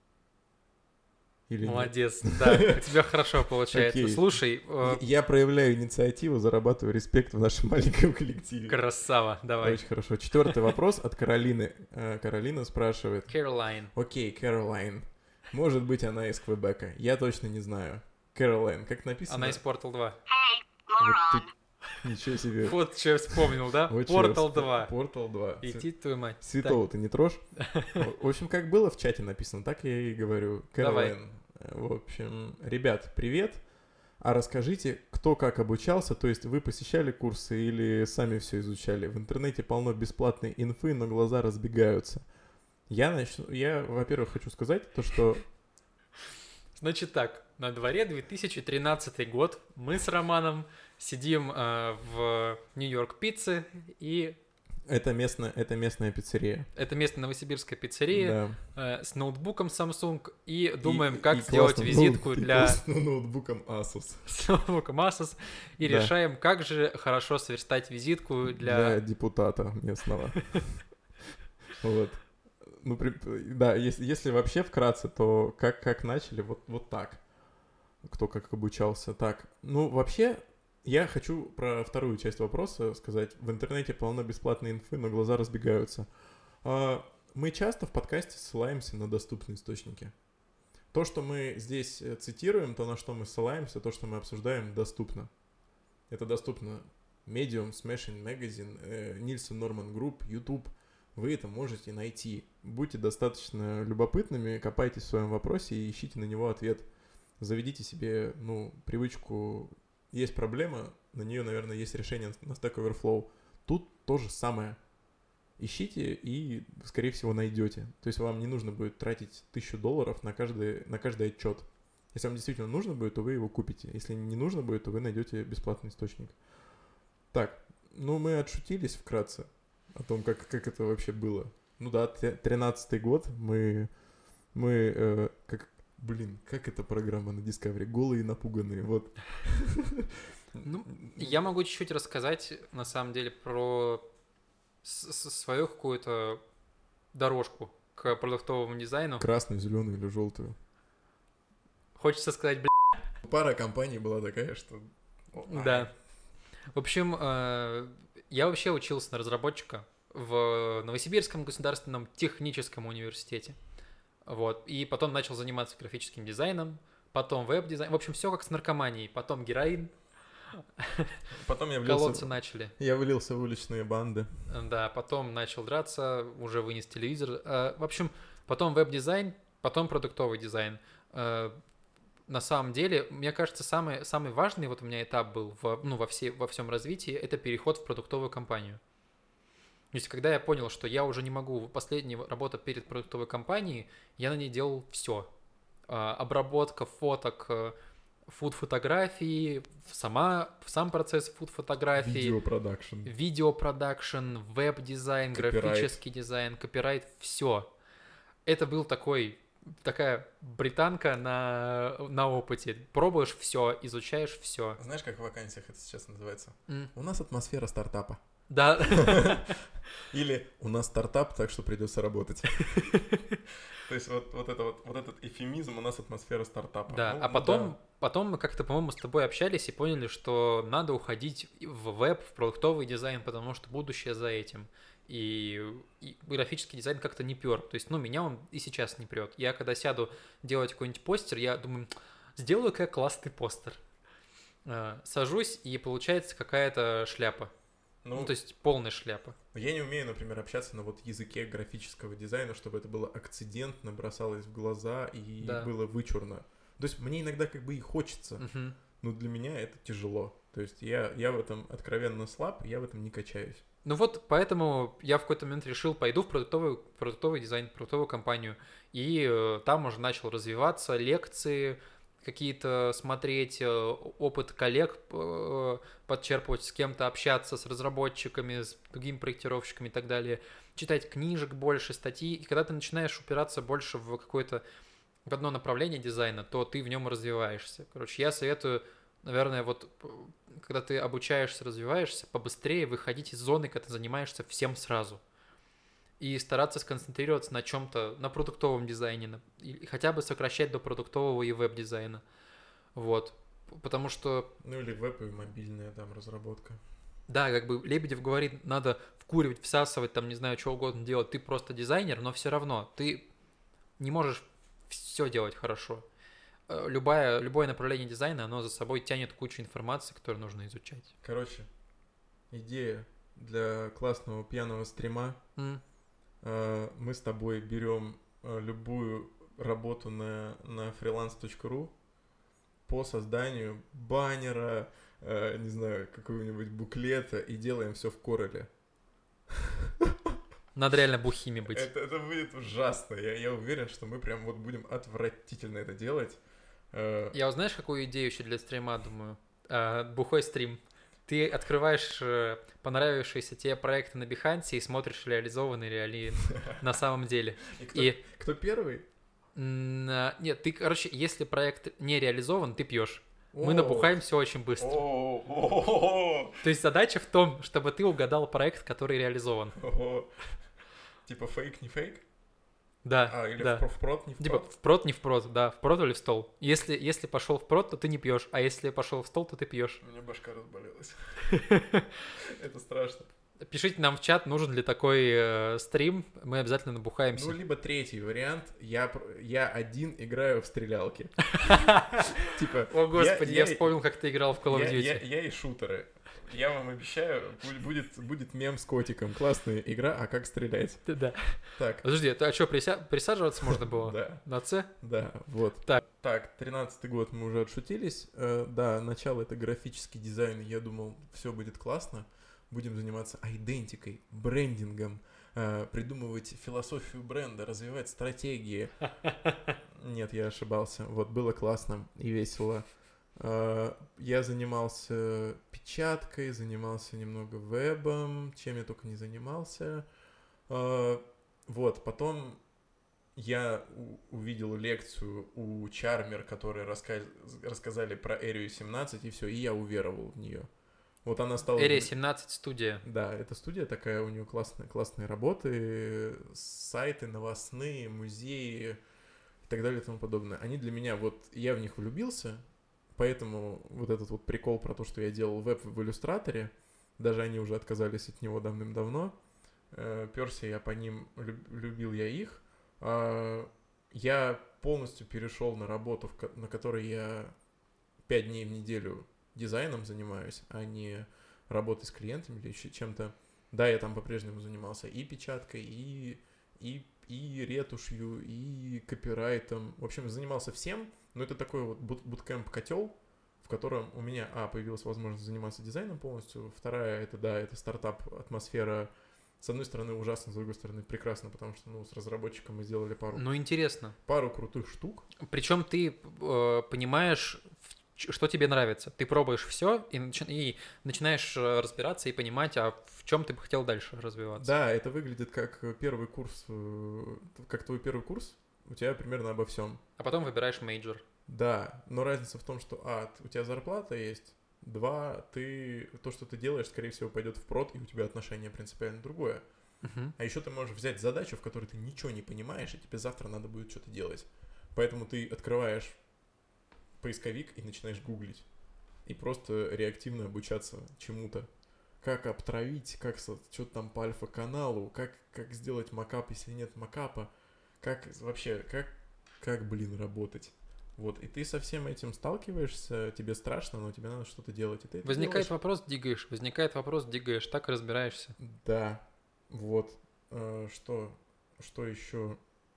B: Или
A: молодец, нет? Да, у тебя хорошо получается.
B: Окей.
A: Слушай...
B: Э... Я проявляю инициативу, зарабатываю респект в нашем маленьком коллективе.
A: Красава, давай.
B: Очень хорошо. Четвертый вопрос от Каролины. Каролина спрашивает.
A: Кэролайн.
B: Окей, Кэролайн. Может быть, она из Квебека. Я точно не знаю. Кэролайн, как написано?
A: Она из Портал два.
B: Вот ты... Ничего себе.
A: Вот что я вспомнил, да? Портал два.
B: Портал два.
A: Иди твою мать.
B: Святого ты не трожь. В общем, как было в чате написано, так я и говорю. Кэролайн. В общем, ребят, привет. А расскажите, кто как обучался, то есть вы посещали курсы или сами все изучали? В интернете полно бесплатной инфы, но глаза разбегаются. Я начну, я, во-первых, хочу сказать то, что...
A: Значит так, на дворе две тысячи тринадцатый год, мы с Романом сидим э, в Нью-Йорк Пицце и...
B: Это, местная, это местная пиццерия.
A: Это местная новосибирская пиццерия,
B: да.
A: э, с ноутбуком Samsung и думаем,
B: и,
A: как
B: и
A: сделать визитку
B: ноут,
A: для...
B: С ноутбуком Asus.
A: С ноутбуком Asus. И да. решаем, как же хорошо сверстать визитку для...
B: Для депутата местного. Вот. Ну, при, да, если, если вообще вкратце, то как, как начали, вот, вот так. Кто как обучался. Так, ну, вообще, я хочу про вторую часть вопроса сказать. В интернете полно бесплатной инфы, но глаза разбегаются. Мы часто в подкасте ссылаемся на доступные источники. То, что мы здесь цитируем, то, на что мы ссылаемся, то, что мы обсуждаем, доступно. Это доступно Medium, Smashing Magazine, Nielsen Norman Group, YouTube. Вы это можете найти. Будьте достаточно любопытными, копайтесь в своем вопросе и ищите на него ответ. Заведите себе, ну, привычку. Есть проблема, на нее, наверное, есть решение на Stack Overflow. Тут то же самое. Ищите и, скорее всего, найдете. То есть вам не нужно будет тратить тысячу долларов на каждый, на каждый отчет. Если вам действительно нужно будет, то вы его купите. Если не нужно будет, то вы найдете бесплатный источник. Так, ну мы отшутились вкратце о том, как, как это вообще было. Ну да, тринадцатый год, мы, мы э, как, блин, как эта программа на Discovery? Голые и напуганные, вот.
A: Ну, я могу чуть-чуть рассказать, на самом деле, про свою какую-то дорожку к продуктовому дизайну.
B: Красную, зеленую или желтую?
A: Хочется сказать, блин.
B: Пара компаний была такая, что...
A: Да. В общем, я вообще учился на разработчика в Новосибирском государственном техническом университете. Вот. И потом начал заниматься графическим дизайном, потом веб-дизайн. В общем, все как с наркоманией. Потом героин.
B: Потом я влился...
A: Колодцы начали.
B: Я влился в уличные банды.
A: Да, потом начал драться, уже вынес телевизор. В общем, потом веб-дизайн, потом продуктовый дизайн. На самом деле, мне кажется, самый, самый важный вот у меня этап был в, ну, во, всей, во всем развитии, это переход в продуктовую компанию. То есть, когда я понял, что я уже не могу, последняя работа перед продуктовой компанией, я на ней делал все. Обработка фоток, фуд-фотографии, сама, сам процесс фуд-фотографии.
B: Видеопродакшн.
A: Видеопродакшн, веб-дизайн, графический дизайн, копирайт, все. Это был такой... такая британка на, на опыте. Пробуешь все, изучаешь все.
B: Знаешь, как в вакансиях это сейчас называется?
A: Mm.
B: У нас атмосфера стартапа.
A: Да.
B: Или у нас стартап, так что придется работать. То есть вот, вот, это вот, вот этот эвфемизм, у нас атмосфера стартапа.
A: Да,
B: ну,
A: а потом,
B: ну, да.
A: потом мы как-то, по-моему, с тобой общались и поняли, что надо уходить в веб, в продуктовый дизайн, потому что будущее за этим. И, и графический дизайн как-то не пер. То есть, ну, меня он и сейчас не прет. Я когда сяду делать какой-нибудь постер, я думаю, сделаю-ка я классный постер. Сажусь, и получается какая-то шляпа. Ну, ну, то есть полная шляпа.
B: Я не умею, например, общаться на вот языке графического дизайна, чтобы это было акцидентно, бросалось в глаза и да. было вычурно. То есть мне иногда как бы и хочется, uh-huh. но для меня это тяжело. То есть я, я в этом откровенно слаб, я в этом не качаюсь.
A: Ну вот, поэтому я в какой-то момент решил, пойду в продуктовый, продуктовый дизайн, в продуктовую компанию. И э, там уже начал развиваться, лекции какие-то смотреть, э, опыт коллег э, подчерпывать, с кем-то общаться, с разработчиками, с другими проектировщиками и так далее. Читать книжек больше, статьи. И когда ты начинаешь упираться больше в какое-то, в одно направление дизайна, то ты в нем развиваешься. Короче, я советую... Наверное, вот когда ты обучаешься, развиваешься, побыстрее выходить из зоны, когда ты занимаешься всем сразу. И стараться сконцентрироваться на чем-то, на продуктовом дизайне, на, и хотя бы сокращать до продуктового и веб-дизайна. Вот. Потому что...
B: Ну или веб и мобильная там разработка.
A: Да, как бы Лебедев говорит, надо вкуривать, всасывать, там, не знаю, что угодно делать. Ты просто дизайнер, но все равно ты не можешь все делать хорошо. Любое, любое направление дизайна, оно за собой тянет кучу информации, которую нужно изучать.
B: Короче, идея для классного пьяного стрима. Mm. Э, мы с тобой берем э, любую работу на, на freelance точка ру по созданию баннера, э, не знаю, какого-нибудь буклета и делаем все в Corel.
A: Надо реально бухими быть.
B: Это, это будет ужасно. Я, я уверен, что мы прям вот будем отвратительно это делать.
A: Я вот знаешь, какую идею еще для стрима, думаю? Бухой стрим. Ты открываешь понравившиеся тебе проекты на Behance и смотришь, реализованы ли они на самом деле.
B: И кто, и... кто первый?
A: Нет, ты, короче, если проект не реализован, ты пьешь. Мы набухаем все очень быстро. То есть задача в том, чтобы ты угадал проект, который реализован.
B: Типа фейк, не фейк?
A: Да,
B: а, или
A: да.
B: В, впрод, не
A: типа
B: впрод?
A: Впрод, не впрод, да, впрод или в стол. Если, если пошел впрод, то ты не пьешь, а если пошел в стол, то ты пьешь.
B: У меня башка разболелась. Это страшно.
A: Пишите нам в чат, нужен ли такой э, стрим, мы обязательно набухаемся.
B: Ну, либо третий вариант, я, я один играю в стрелялки. Типа.
A: О, господи, я вспомнил, как ты играл в Call of Duty.
B: Я и шутеры. Я вам обещаю, будет, будет мем с котиком. Классная игра, а как стрелять?
A: Да.
B: Так.
A: Подожди, а что, прися... присаживаться можно было?
B: Да.
A: На С?
B: Да, вот.
A: Так.
B: Так, тринадцатый год мы уже отшутились. Э, да, начало — это графический дизайн. Я думал, все будет классно. Будем заниматься айдентикой, брендингом, э, придумывать философию бренда, развивать стратегии. Нет, я ошибался. Вот, было классно и весело. А, Я занимался печаткой, занимался немного вебом, чем я только не занимался. А, Вот, потом я у- увидел лекцию у Чармер, которые раска- рассказали про Area семнадцать, и все, и я уверовал в нее. Вот она стала...
A: Area
B: вли-
A: семнадцать студия.
B: Да, эта студия такая, у нее классные, классные работы, сайты новостные, музеи и так далее и тому подобное. Они для меня, вот я в них влюбился, поэтому вот этот вот прикол про то, что я делал веб в иллюстраторе, даже они уже отказались от него давным-давно, э, перся я по ним, люб- любил я их. А, Я полностью перешел на работу, в ко- на которой я пять дней в неделю дизайном занимаюсь, а не работой с клиентами или еще чем-то. Да, я там по-прежнему занимался и печаткой, и, и, и ретушью, и копирайтом. В общем, занимался всем, но это такой вот бут- буткэмп-котел, в котором у меня, а, появилась возможность заниматься дизайном полностью, вторая, это, да, это стартап, атмосфера, с одной стороны, ужасно, с другой стороны, прекрасно, потому что, ну, с разработчиком мы сделали пару,
A: Ну, интересно.
B: пару крутых штук.
A: Причем ты э, понимаешь, в ч- что тебе нравится. Ты пробуешь все и, начи- и начинаешь э, разбираться и понимать, а в чем ты бы хотел дальше развиваться.
B: Да, это выглядит как первый курс, э, как твой первый курс, у тебя примерно обо всем.
A: А потом выбираешь мейджор.
B: Да, но разница в том, что, а, т- у тебя зарплата есть, два, ты, то, что ты делаешь, скорее всего, пойдет в прод, и у тебя отношение принципиально другое.
A: Мгм.
B: А еще ты можешь взять задачу, в которой ты ничего не понимаешь, и тебе завтра надо будет что-то делать. Поэтому ты открываешь поисковик и начинаешь гуглить. И просто реактивно обучаться чему-то. Как обтравить, как что-то там по альфа-каналу, как, как сделать макап, если нет макапа, как вообще, как, как, блин, работать. Вот, и ты со всем этим сталкиваешься, тебе страшно, но тебе надо что-то делать, и ты это
A: Возникает
B: делаешь.
A: вопрос, дигаешь. Возникает вопрос, дигаешь. Так и разбираешься.
B: Да, вот. Э, Что, что еще?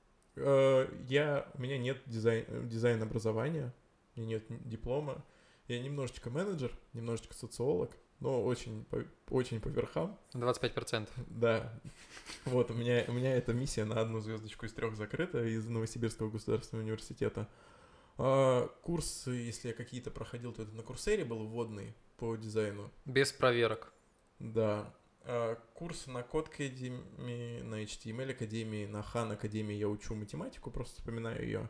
B: Э, Я, у меня нет дизайн, э, дизайн-образования, у меня нет н- диплома. Я немножечко менеджер, немножечко социолог, но очень по, очень по верхам.
A: двадцать пять процентов.
B: Да, вот у меня, у меня эта миссия на одну звездочку из трех закрыта из Новосибирского государственного университета. А курсы, если я какие-то проходил, то это на Курсере был вводный по дизайну.
A: Без проверок.
B: Да. А курсы на Code Academy, на эйч ти эм эль Академии, на Хан Академии я учу математику, просто вспоминаю ее.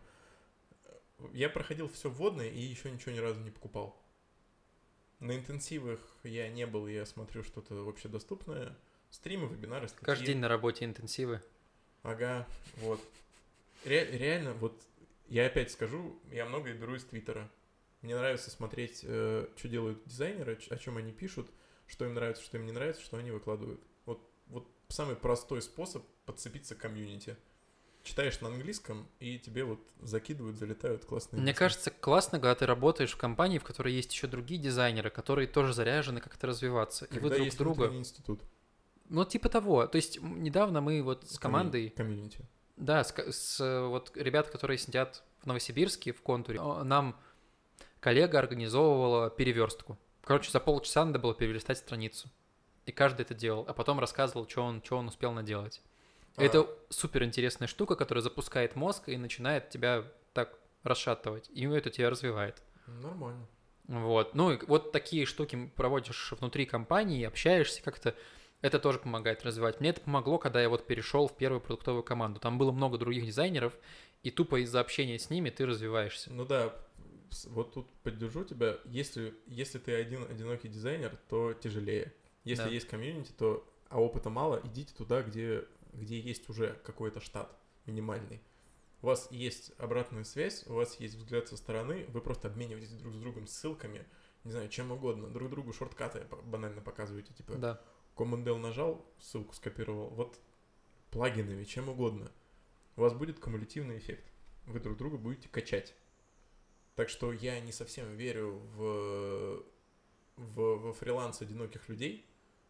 B: Я проходил все вводное и еще ничего ни разу не покупал. На интенсивах я не был, я смотрю что-то общедоступное. Стримы, вебинары, статьи.
A: Каждый день на работе интенсивы.
B: Ага, вот. Ре- реально, вот я опять скажу, я многое беру из Твиттера. Мне нравится смотреть, э, что делают дизайнеры, ч- о чем они пишут, что им нравится, что им не нравится, что они выкладывают. Вот, вот самый простой способ подцепиться к комьюнити. Читаешь на английском, и тебе вот закидывают, залетают классные
A: Мне
B: мысли.
A: кажется, классно, когда ты работаешь в компании, в которой есть еще другие дизайнеры, которые тоже заряжены как-то развиваться. И
B: Когда
A: вы друг
B: есть
A: друга...
B: внутренний институт.
A: Ну, типа того. То есть м, недавно мы вот с
B: комью-
A: командой...
B: Комьюнити.
A: Да, с, ко- с, э, вот ребят, которые сидят в Новосибирске, в контуре, о, нам коллега организовывала переверстку. Короче, за полчаса надо было перелистать страницу. И каждый это делал, а потом рассказывал, что он, что он успел наделать.
B: А,
A: Это супер интересная штука, которая запускает мозг и начинает тебя так расшатывать. И это тебя развивает.
B: Нормально.
A: Вот. Ну, и вот такие штуки проводишь внутри компании, общаешься как-то. Это тоже помогает развивать. Мне это помогло, когда я вот перешел в первую продуктовую команду. Там было много других дизайнеров, и тупо из-за общения с ними ты развиваешься.
B: Ну да, с- вот тут поддержу тебя. Если, если ты один одинокий дизайнер, то тяжелее. Если
A: Да.
B: есть комьюнити, то, а опыта мало, идите туда, где, где есть уже какой-то штат минимальный. У вас есть обратная связь, у вас есть взгляд со стороны, вы просто обмениваетесь друг с другом ссылками, не знаю, чем угодно. Друг другу шорткаты по- банально показываете, типа
A: Да.
B: Command-L нажал, ссылку скопировал, вот плагинами, чем угодно. У вас будет кумулятивный эффект. Вы друг друга будете качать. Так что я не совсем верю в, в, во фриланс одиноких людей.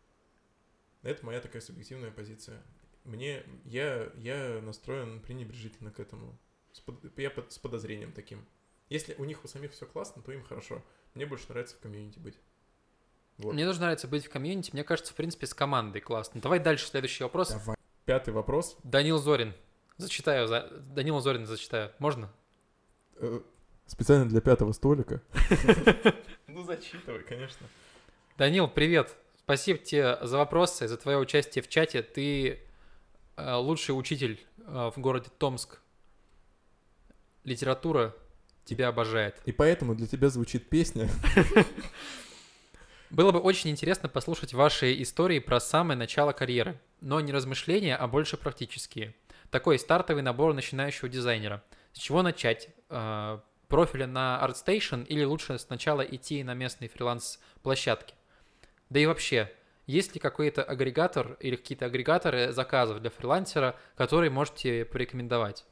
B: Это моя такая субъективная позиция. Мне, я, я настроен пренебрежительно к этому. С, под- я под- с подозрением таким. Если у них у самих все классно, то им хорошо. Мне больше нравится в комьюнити быть. Вот.
A: Мне тоже нравится быть в комьюнити. Мне кажется, в принципе, с командой классно. Давай дальше следующий вопрос.
B: Давай. Пятый вопрос.
A: Данил Зорин. Зачитаю. За... Данила Зорина зачитаю. Можно?
B: Э, Специально для пятого столика. Ну, зачитывай, конечно.
A: Данил, привет. Спасибо тебе за вопросы, за твое участие в чате. Ты э, лучший учитель э, в городе Томск. Литература тебя обожает.
B: И поэтому для тебя звучит песня.
A: Было бы очень интересно послушать ваши истории про самое начало карьеры, но не размышления, а больше практические. Такой стартовый набор начинающего дизайнера. С чего начать? Э, профиля на ArtStation или лучше сначала идти на местные фриланс-площадки? Да и вообще, есть ли какой-то агрегатор или какие-то агрегаторы заказов для фрилансера, которые можете порекомендовать?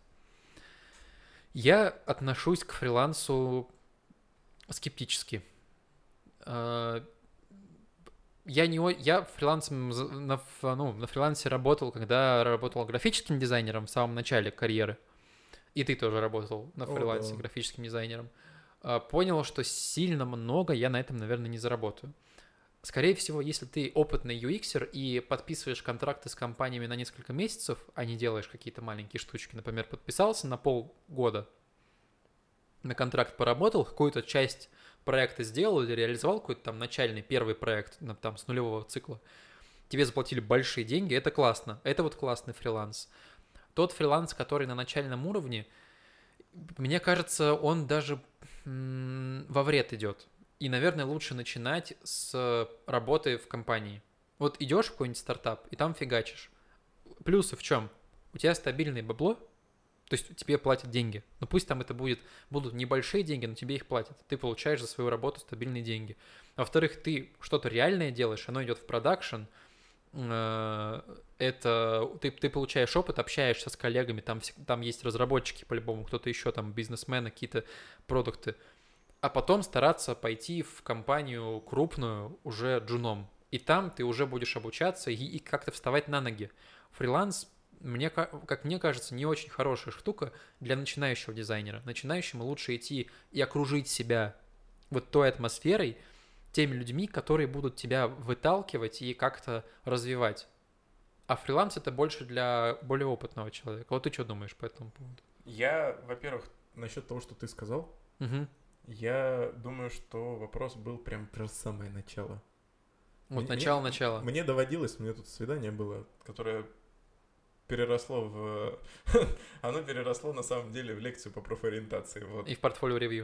A: Я отношусь к фрилансу скептически. Я, не, я фрилансом на, ну, на фрилансе работал, когда работал графическим дизайнером в самом начале карьеры. И ты тоже работал на фрилансе О, да. графическим дизайнером. Понял, что сильно много я на этом, наверное, не заработаю. Скорее всего, если ты опытный ю экс-ер и подписываешь контракты с компаниями на несколько месяцев, а не делаешь какие-то маленькие штучки, например, подписался на полгода, на контракт поработал, какую-то часть проекта сделал или реализовал какой-то там начальный первый проект там, с нулевого цикла, тебе заплатили большие деньги, это классно, это вот классный фриланс. Тот фриланс, который на начальном уровне, мне кажется, он даже м- во вред идет. И, наверное, лучше начинать с работы в компании. Вот идешь в какой-нибудь стартап, и там фигачишь. Плюсы в чем? У тебя стабильное бабло, то есть тебе платят деньги. Ну пусть там это будет, будут небольшие деньги, но тебе их платят. Ты получаешь за свою работу стабильные деньги. Во-вторых, ты что-то реальное делаешь, оно идет в продакшн. Это ты, ты получаешь опыт, общаешься с коллегами, там, там есть разработчики по-любому, кто-то еще, там бизнесмены, какие-то продукты. А потом стараться пойти в компанию крупную уже джуном. И там ты уже будешь обучаться и, и как-то вставать на ноги. Фриланс, мне, как мне кажется, не очень хорошая штука для начинающего дизайнера. Начинающему лучше идти и окружить себя вот той атмосферой, теми людьми, которые будут тебя выталкивать и как-то развивать. А фриланс это больше для более опытного человека. Вот ты что думаешь по этому поводу?
B: Я, во-первых, насчет того, что ты сказал,
A: угу.
B: Я думаю, что вопрос был прям про самое начало.
A: Вот начало-начало.
B: Мне, мне доводилось, мне тут свидание было, которое переросло в... Оно переросло на самом деле в лекцию по профориентации. Вот.
A: И в портфолио-ревью.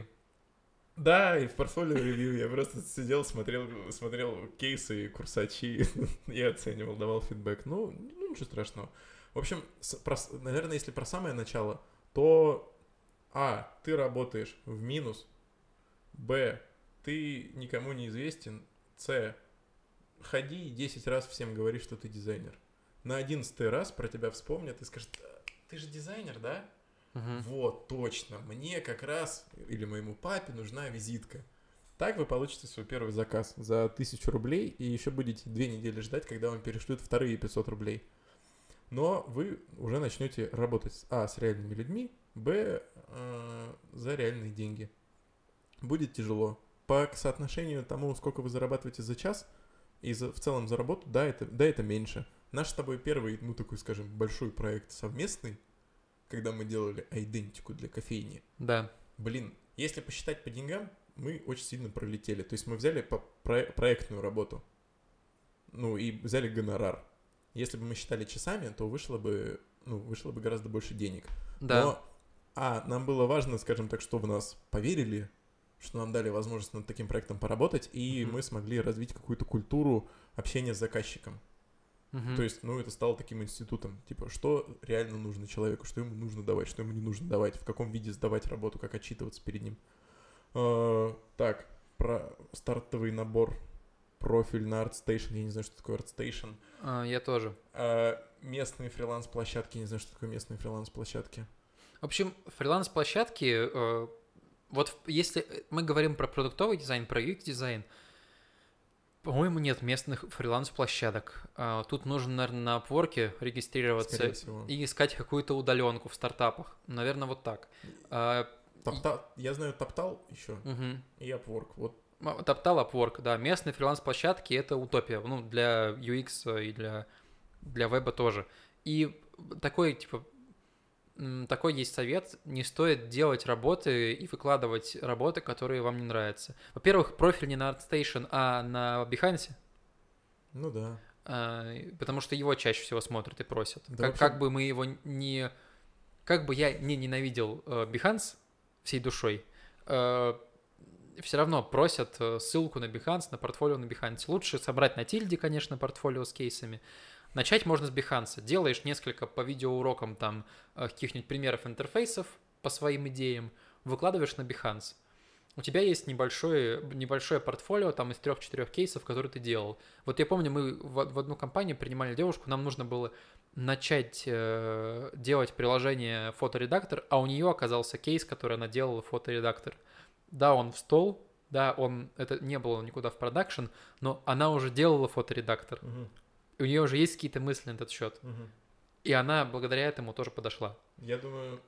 B: Да, и в портфолио-ревью. Я просто сидел, смотрел, смотрел кейсы и курсачи и оценивал, давал фидбэк. Ну, ну, ничего страшного. В общем, про, наверное, если про самое начало, то... А, ты работаешь в минус. Б, ты никому не известен. С, ходи и десять раз всем говори, что ты дизайнер. На одиннадцатый раз про тебя вспомнят и скажут: ты же дизайнер, да? Угу. Вот, точно, мне как раз, или моему папе нужна визитка. Так вы получите свой первый заказ за тысячу рублей и еще будете две недели ждать, когда вам перешлют вторые пятьсот рублей. Но вы уже начнете работать, а, с реальными людьми, б, э, за реальные деньги. Будет тяжело. По соотношению тому, сколько вы зарабатываете за час, и за, в целом за работу, да, это, да, это меньше. Наш с тобой первый, ну, такой, скажем, большой проект совместный, когда мы делали айдентику для кофейни.
A: Да.
B: Блин, если посчитать по деньгам, мы очень сильно пролетели. То есть мы взяли по про- проектную работу, ну, и взяли гонорар. Если бы мы считали часами, то вышло бы, ну, вышло бы гораздо больше денег.
A: Да.
B: Но, а, нам было важно, скажем так, что в нас поверили, что нам дали возможность над таким проектом поработать, и mm-hmm. мы смогли развить какую-то культуру общения с заказчиком. Mm-hmm. То есть, ну, это стало таким институтом. Типа, что реально нужно человеку, что ему нужно давать, что ему не нужно давать, в каком виде сдавать работу, как отчитываться перед ним. Uh, так, про стартовый набор, профиль на ArtStation. Я не знаю, что такое ArtStation.
A: Uh, я тоже.
B: Uh, местные фриланс-площадки. Я не знаю, что такое местные фриланс-площадки.
A: В общем, фриланс-площадки... Uh... Вот если мы говорим про продуктовый дизайн, про ю экс-дизайн, по-моему, нет местных фриланс-площадок. Тут нужно, наверное, на Upwork регистрироваться и искать какую-то удаленку в стартапах. Наверное, вот так.
B: Топтал, я знаю Топтал еще угу. и Upwork. Вот.
A: Топтал, Upwork, да. Местные фриланс-площадки — это утопия. Ну, для ю экс и для, для веба тоже. И такой, типа... такой есть совет: не стоит делать работы и выкладывать работы, которые вам не нравятся. Во-первых, профиль не на ArtStation, а на Behance.
B: Ну да.
A: Потому что его чаще всего смотрят и просят.
B: Да
A: как,
B: вообще...
A: как бы мы его не... Как бы я не ненавидел Behance всей душой, все равно просят ссылку на Behance, на портфолио на Behance. Лучше собрать на тильде, конечно, портфолио с кейсами. Начать можно с Behance. Делаешь несколько по видеоурокам там каких-нибудь примеров интерфейсов по своим идеям, выкладываешь на Behance. У тебя есть небольшое, небольшое портфолио там из трех-четырех кейсов, которые ты делал. Вот я помню, мы в, в одну компанию принимали девушку, нам нужно было начать э, делать приложение фоторедактор, а у нее оказался кейс, который она делала фоторедактор. Да, он в стол, да, он, это не было никуда в продакшн, но она уже делала фоторедактор.
B: Угу.
A: У нее уже есть какие-то мысли на этот счет.
B: Угу.
A: И она благодаря этому тоже подошла.
B: Я думаю,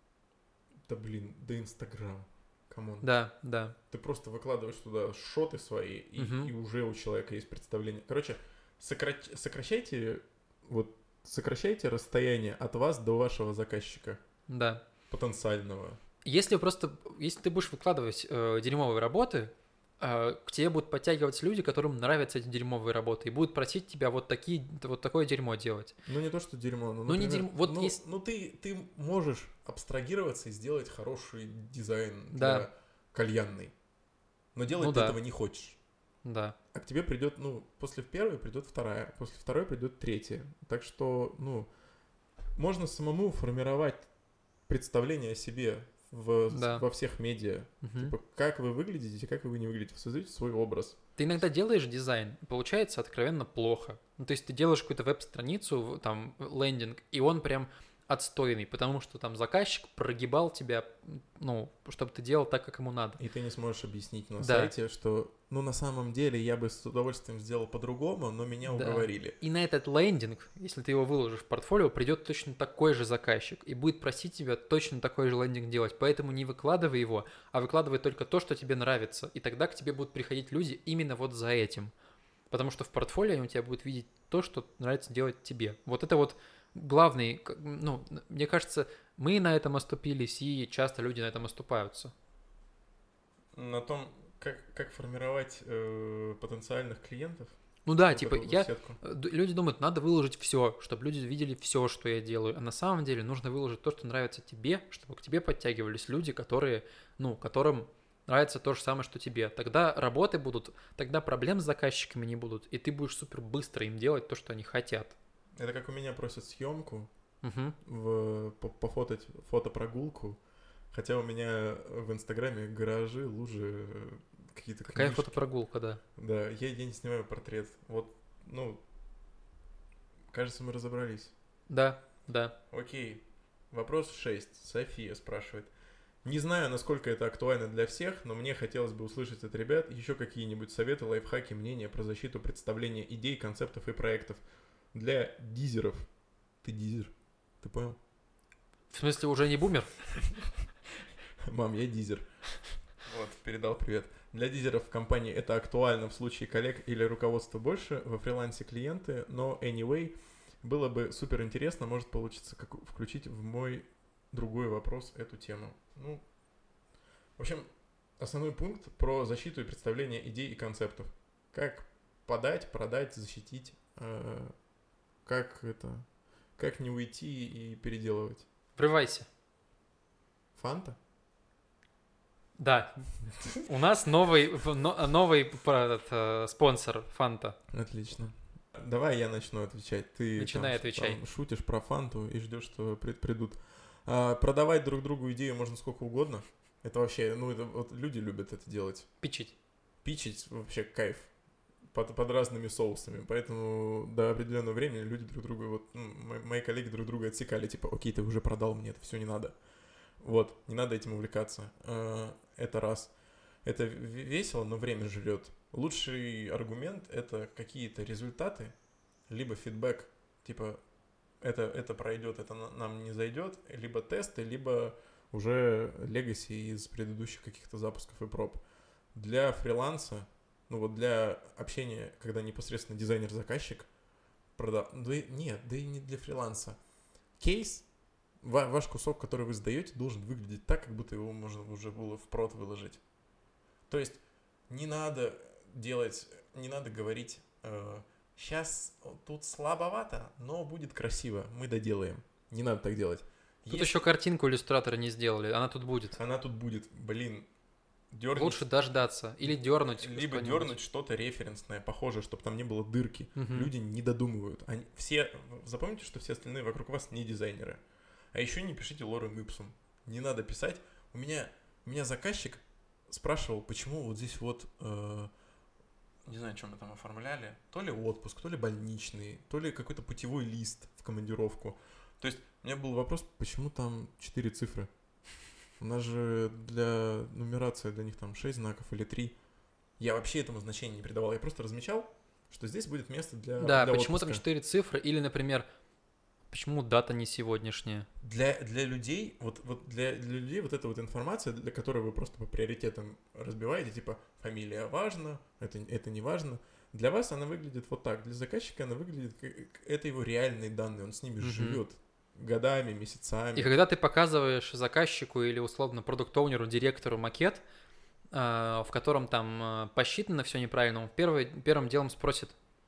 B: да блин, да Инстаграм. Камон.
A: Да, да.
B: Ты просто выкладываешь туда шоты свои, и,
A: угу.
B: и уже у человека есть представление. Короче, сокра... сокращайте, вот, сокращайте расстояние от вас до вашего заказчика.
A: Да.
B: Потенциального.
A: Если просто, если ты будешь выкладывать э, дерьмовые работы, э, к тебе будут подтягиваться люди, которым нравятся эти дерьмовые работы, и будут просить тебя вот такие, вот такое дерьмо делать.
B: Ну не то, что дерьмо, но,
A: ну
B: например,
A: не дерьмо, вот
B: ну,
A: есть...
B: ну ты, ты можешь абстрагироваться и сделать хороший дизайн
A: да.
B: для кальянной, но делать
A: ну,
B: ты
A: да.
B: этого не хочешь.
A: Да.
B: А к тебе придет, ну, после первой придет вторая, после второй придет третья. Так что, ну, можно самому формировать представление о себе в,
A: да.
B: во всех медиа.
A: Угу.
B: Типа, как вы выглядите, как вы не выглядите. Создаете свой образ.
A: Ты иногда делаешь дизайн, и получается откровенно плохо. Ну, то есть ты делаешь какую-то веб-страницу, там, лендинг, и он прям отстойный, потому что там заказчик прогибал тебя, ну, чтобы ты делал так, как ему надо.
B: И ты не сможешь объяснить на
A: да.
B: сайте, что, ну, на самом деле я бы с удовольствием сделал по-другому, но меня
A: да.
B: уговорили.
A: И на этот лендинг, если ты его выложишь в портфолио, придет точно такой же заказчик и будет просить тебя точно такой же лендинг делать. Поэтому не выкладывай его, а выкладывай только то, что тебе нравится. И тогда к тебе будут приходить люди именно вот за этим. Потому что в портфолио у тебя будут видеть то, что нравится делать тебе. Вот это вот главный, ну, мне кажется, мы на этом оступились, и часто люди на этом оступаются.
B: На том, как, как формировать э, потенциальных клиентов?
A: Ну да,
B: вот
A: типа, я,
B: сетку.
A: люди думают, надо выложить все, чтобы люди видели все, что я делаю. А на самом деле нужно выложить то, что нравится тебе, чтобы к тебе подтягивались люди, которые, ну, которым нравится то же самое, что тебе. Тогда работы будут, тогда проблем с заказчиками не будут, и ты будешь супер быстро им делать то, что они хотят.
B: Это как у меня просят съемку,
A: угу.
B: в, по, пофотать фотопрогулку, хотя у меня в Инстаграме гаражи, лужи, какие-то
A: Какая
B: книжки.
A: фотопрогулка, да.
B: Да, я, я не снимаю портрет. Вот, ну, кажется, мы разобрались.
A: Да, да.
B: Окей. Вопрос шесть. София спрашивает. Не знаю, насколько это актуально для всех, но мне хотелось бы услышать от ребят еще какие-нибудь советы, лайфхаки, мнения про защиту представления идей, концептов и проектов для дизеров. Ты дизер, ты понял?
A: В смысле, уже не бумер?
B: Мам, я дизер. Вот, передал привет. Для дизеров в компании это актуально в случае коллег или руководства больше, во фрилансе клиенты, но anyway, было бы супер интересно, может получится как включить в мой другой вопрос эту тему. Ну, в общем, основной пункт про защиту и представление идей и концептов. Как подать, продать, защитить, э, как это, как не уйти и переделывать.
A: Врывайся.
B: Фанта?
A: Да. У нас новый, новый этот, спонсор Фанта.
B: Отлично. Давай я начну отвечать. Ты
A: Начинай
B: там,
A: отвечай.
B: Там, шутишь про Фанту и ждешь, что придут. А, продавать друг другу идею можно сколько угодно. Это вообще, ну, это, вот люди любят это делать.
A: Пичить.
B: Пичить вообще кайф. Под, под разными соусами. Поэтому до определенного времени люди друг друга, вот, ну, мои коллеги друг друга отсекали. Типа, окей, ты уже продал мне, это все не надо. Вот, не надо этим увлекаться. Это раз. Это весело, но время жрет. Лучший аргумент — это какие-то результаты, либо фидбэк, типа это, это пройдет, это нам не зайдет, либо тесты, либо уже легаси из предыдущих каких-то запусков и проб. Для фриланса, ну вот для общения, когда непосредственно дизайнер-заказчик продал, да и, нет, да и не для фриланса. Кейс ва- ваш кусок, который вы сдаете, должен выглядеть так, как будто его можно уже было впрод выложить. То есть не надо делать, не надо говорить, э, сейчас тут слабовато, но будет красиво, мы доделаем. Не надо так делать.
A: Тут
B: Если
A: еще картинку иллюстраторы не сделали, она тут будет.
B: она тут будет, блин, дернуть.
A: Лучше дождаться или дернуть.
B: Либо
A: что-нибудь.
B: дернуть что-то референсное, похожее, чтобы там не было дырки.
A: Мгм.
B: Люди не додумывают. Они, все, запомните, что все остальные вокруг вас не дизайнеры. А еще не пишите лорем ипсум. Не надо писать. У меня, у меня заказчик спрашивал, почему вот здесь вот, э, не знаю, что мы там оформляли, то ли отпуск, то ли больничный, то ли какой-то путевой лист в командировку. То есть у меня был вопрос, почему там четыре цифры? У нас же для нумерации для них там шесть знаков или три. Я вообще этому значения не придавал. Я просто размечал, что здесь будет место для
A: Да,
B: для
A: почему там
B: отпуска.
A: четыре цифры, или, например, почему дата не сегодняшняя?
B: Для, для людей, вот, вот для, для людей вот эта вот информация, для которой вы просто по приоритетам разбиваете, типа фамилия важна, это, это не важно. Для вас она выглядит вот так. Для заказчика она выглядит, как это его реальные данные, он с ними
A: Мгм.
B: живет годами, месяцами.
A: И когда ты показываешь заказчику или условно продукт-оунеру, директору макет, а, в котором там а, посчитано все неправильно, он первый, первым делом спросит,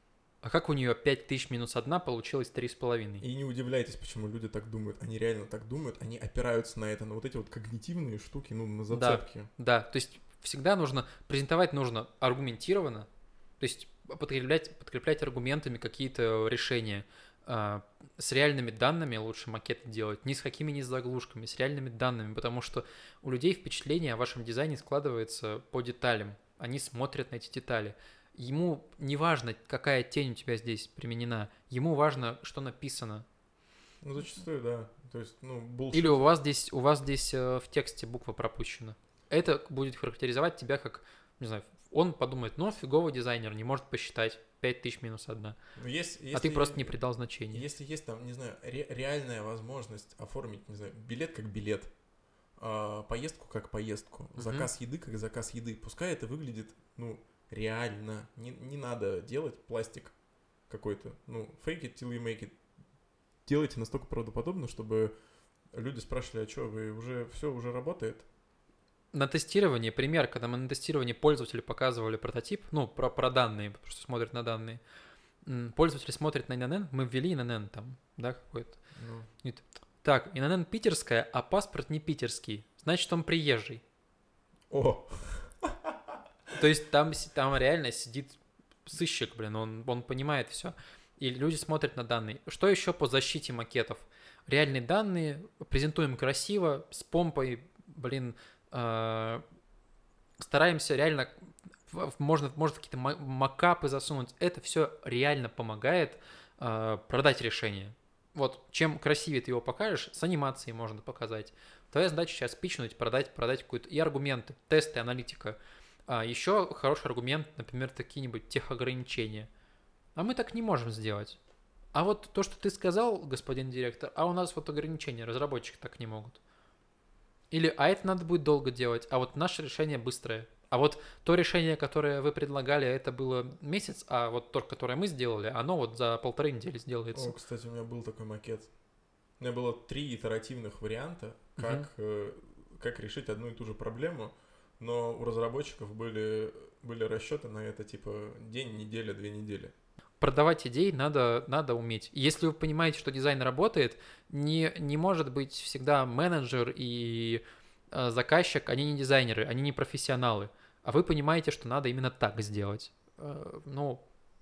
A: а как у нее пять тысяч минус одна получилось три с половиной?
B: И не удивляйтесь, почему люди так думают. Они реально так думают, они опираются на это, на вот эти вот когнитивные штуки, ну, на зацепки.
A: Да, то есть всегда нужно, презентовать нужно аргументированно, то есть подкреплять, подкреплять аргументами какие-то решения. А, с реальными данными лучше макеты делать, ни с какими ни с заглушками, с реальными данными, потому что у людей впечатление о вашем дизайне складывается по деталям, они смотрят на эти детали. Ему не важно, какая тень у тебя здесь применена, ему важно, что написано.
B: Ну, зачастую, да. То есть, ну, bullshit.
A: Или у вас здесь, у вас здесь э, в тексте буква пропущена. Это будет характеризовать тебя как, не знаю, он подумает, ну, фиговый дизайнер, не может посчитать пять тысяч минус одна.
B: Но есть-
A: А ты
B: если-
A: просто не придал значения.
B: Если есть там, не знаю, ре- реальная возможность оформить, не знаю, билет как билет, а, поездку как поездку,
A: Мгм.
B: заказ еды как заказ еды, пускай это выглядит, ну, реально. Не, не надо делать пластик какой-то. Ну, fake it till you make it. Делайте настолько правдоподобно, чтобы люди спрашивали, а что, вы уже, все уже работает?
A: На тестировании, пример, когда мы на тестировании пользователю показывали прототип, ну, про, про данные, потому что смотрят на данные. М, Пользователь смотрит на эн эн эн, мы ввели эн эн эн там, да, какой-то.
B: Ну,
A: Так, эн эн эн питерская, а паспорт не питерский, значит, он приезжий.
B: О,
A: То есть там, си- там реально сидит сыщик, блин, он, он понимает все. И люди смотрят на данные. Что еще по защите макетов? Реальные данные, презентуем красиво, с помпой, блин, э, стараемся реально, в- в- можно, может какие-то ма- макапы засунуть. Это все реально помогает э, продать решение. Вот, чем красивее ты его покажешь, с анимацией можно показать. Твоя задача сейчас пичнуть, продать, продать какую-то и аргументы, тесты, аналитика. А еще хороший аргумент, например, какие-нибудь техограничения. А мы так не можем сделать. А вот то, что ты сказал, господин директор, а у нас вот ограничения, разработчики так не могут. Или, а это надо будет долго делать, а вот наше решение быстрое. А вот то решение, которое вы предлагали, это было месяц, а вот то, которое мы сделали, оно вот за полторы недели сделается.
B: о, кстати, у меня был такой макет. У меня было три итеративных варианта, как,
A: Мгм.
B: э, как решить одну и ту же проблему, но у разработчиков были, были расчеты на это, типа, день, неделя, две недели.
A: Продавать идеи надо, надо уметь. Если вы понимаете, что дизайн работает, не, не может быть всегда менеджер и э, заказчик, они не дизайнеры, они не профессионалы. А вы понимаете, что надо именно так сделать. Э, ну,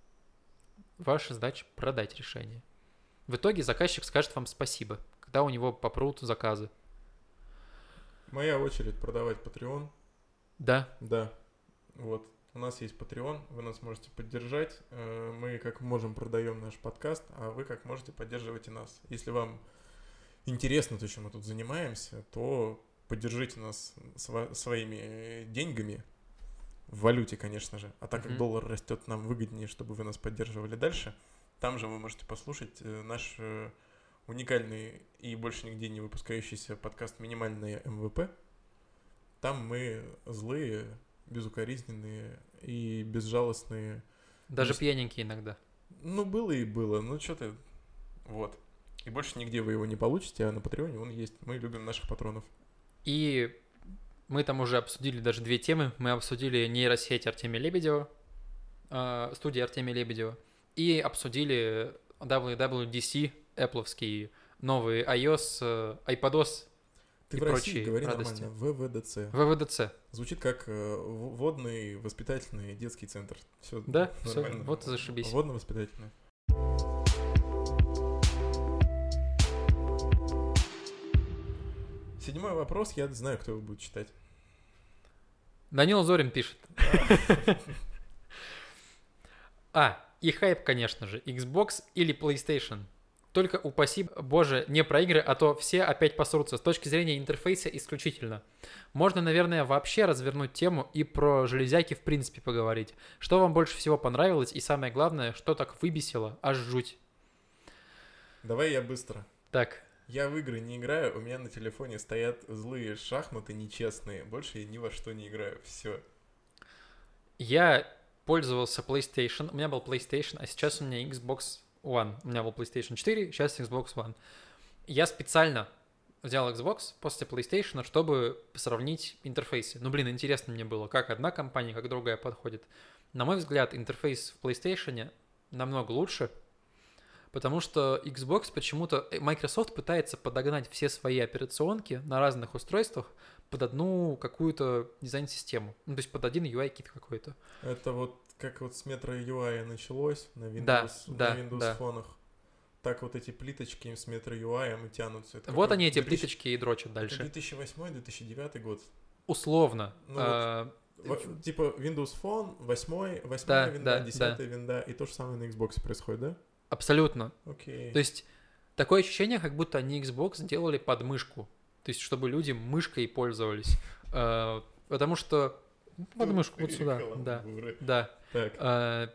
A: ваша задача продать решение. В итоге заказчик скажет вам спасибо, когда у него попрут заказы.
B: Моя очередь продавать Patreon.
A: Да,
B: Да, вот. У нас есть Patreon, вы нас можете поддержать. Э, Мы как можем продаем наш подкаст, а вы как можете поддерживайте нас. Если вам интересно то, чем мы тут занимаемся, то поддержите нас сва- своими деньгами в валюте, конечно же. А так как
A: Мгм.
B: доллар растет, нам выгоднее, чтобы вы нас поддерживали дальше. Там же вы можете послушать э, наш э, уникальный и больше нигде не выпускающийся подкаст «Минимальное эм вэ пэ». Там мы злые, безукоризненные и безжалостные.
A: даже
B: Есть-
A: пьяненькие иногда.
B: Ну, было и было. Ну, что ты... Вот. И больше нигде вы его не получите, а на Патреоне он есть. Мы любим наших патронов.
A: И мы там уже обсудили даже две темы. Мы обсудили нейросеть Артемия Лебедева, э, студии Артемия Лебедева, и обсудили дабл ю дабл ю ди си, Apple'овский новый iOS, э, iPadOS
B: Ты
A: и
B: в России
A: прочие
B: говори
A: радости.
B: нормально. вэ вэ дэ цэ.
A: вэ вэ дэ цэ.
B: Звучит как э, в- водный воспитательный детский центр. Все
A: Да, всё,
B: нормально.
A: вот и зашибись.
B: Водно-воспитательный. Седьмой вопрос. Я знаю, кто его будет читать.
A: Данил Зорин пишет. А, и хайп, конечно же, Xbox или PlayStation. Только упаси боже, не про игры, а то все опять посрутся. С точки зрения интерфейса исключительно. Можно, наверное, вообще развернуть тему и про железяки в принципе поговорить. Что вам больше всего понравилось и самое главное, что так выбесило, аж жуть.
B: Давай я быстро.
A: Так,
B: Я в игры не играю, у меня на телефоне стоят злые шахматы нечестные. Больше я ни во что не играю. Все.
A: я пользовался PlayStation, у меня был PlayStation, а сейчас у меня Xbox One. У меня был PlayStation четыре, сейчас Xbox One. Я специально взял Xbox после PlayStation, чтобы сравнить интерфейсы. Ну, блин, интересно мне было, как одна компания, как другая подходит. На мой взгляд, интерфейс в PlayStation намного лучше, потому что Xbox почему-то... Microsoft пытается подогнать все свои операционки на разных устройствах под одну какую-то дизайн-систему. Ну, то есть под один ю ай-кит какой-то.
B: Это вот как вот с Metro ю ай началось на Windows,
A: Да,
B: на
A: да,
B: Windows
A: да.
B: фонах. Так вот эти плиточки с Metro ю ай и тянутся. Это
A: Вот
B: какой?
A: они, эти
B: две тысячи
A: плиточки, и дрочат
B: Это
A: дальше.
B: две тысячи восьмой - две тысячи девятый год.
A: Условно.
B: Ну
A: а,
B: Во- Типа Windows Phone, восьмой,
A: Да,
B: восьмая винда,
A: да,
B: десятая винда, и то же самое на Xbox происходит, да?
A: Абсолютно.
B: Окей.
A: То есть такое ощущение, как будто они Xbox делали под мышку. То есть чтобы люди мышкой пользовались. А, Потому что... Под мышку, вот сюда. Да,
B: Каламбуры.
A: да.
B: Так,
A: А,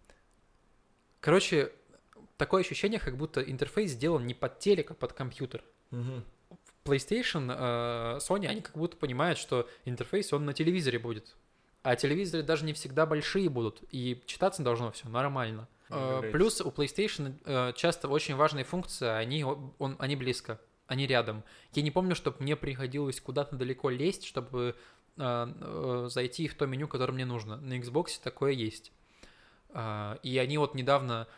A: Короче, такое ощущение, как будто интерфейс сделан не под телек, а под компьютер.
B: мгм.
A: PlayStation, э, Sony, они как будто понимают, что интерфейс, он на телевизоре будет. А телевизоры даже не всегда большие будут, и читаться должно все нормально.
B: Не
A: Э,
B: удивляйтесь.
A: Плюс у PlayStation э, часто очень важные функции, они, о- он, они близко, они рядом. Я не помню, чтобы мне приходилось куда-то далеко лезть, чтобы э, э, зайти в то меню, которое мне нужно. На Xbox такое есть. А, И они вот недавно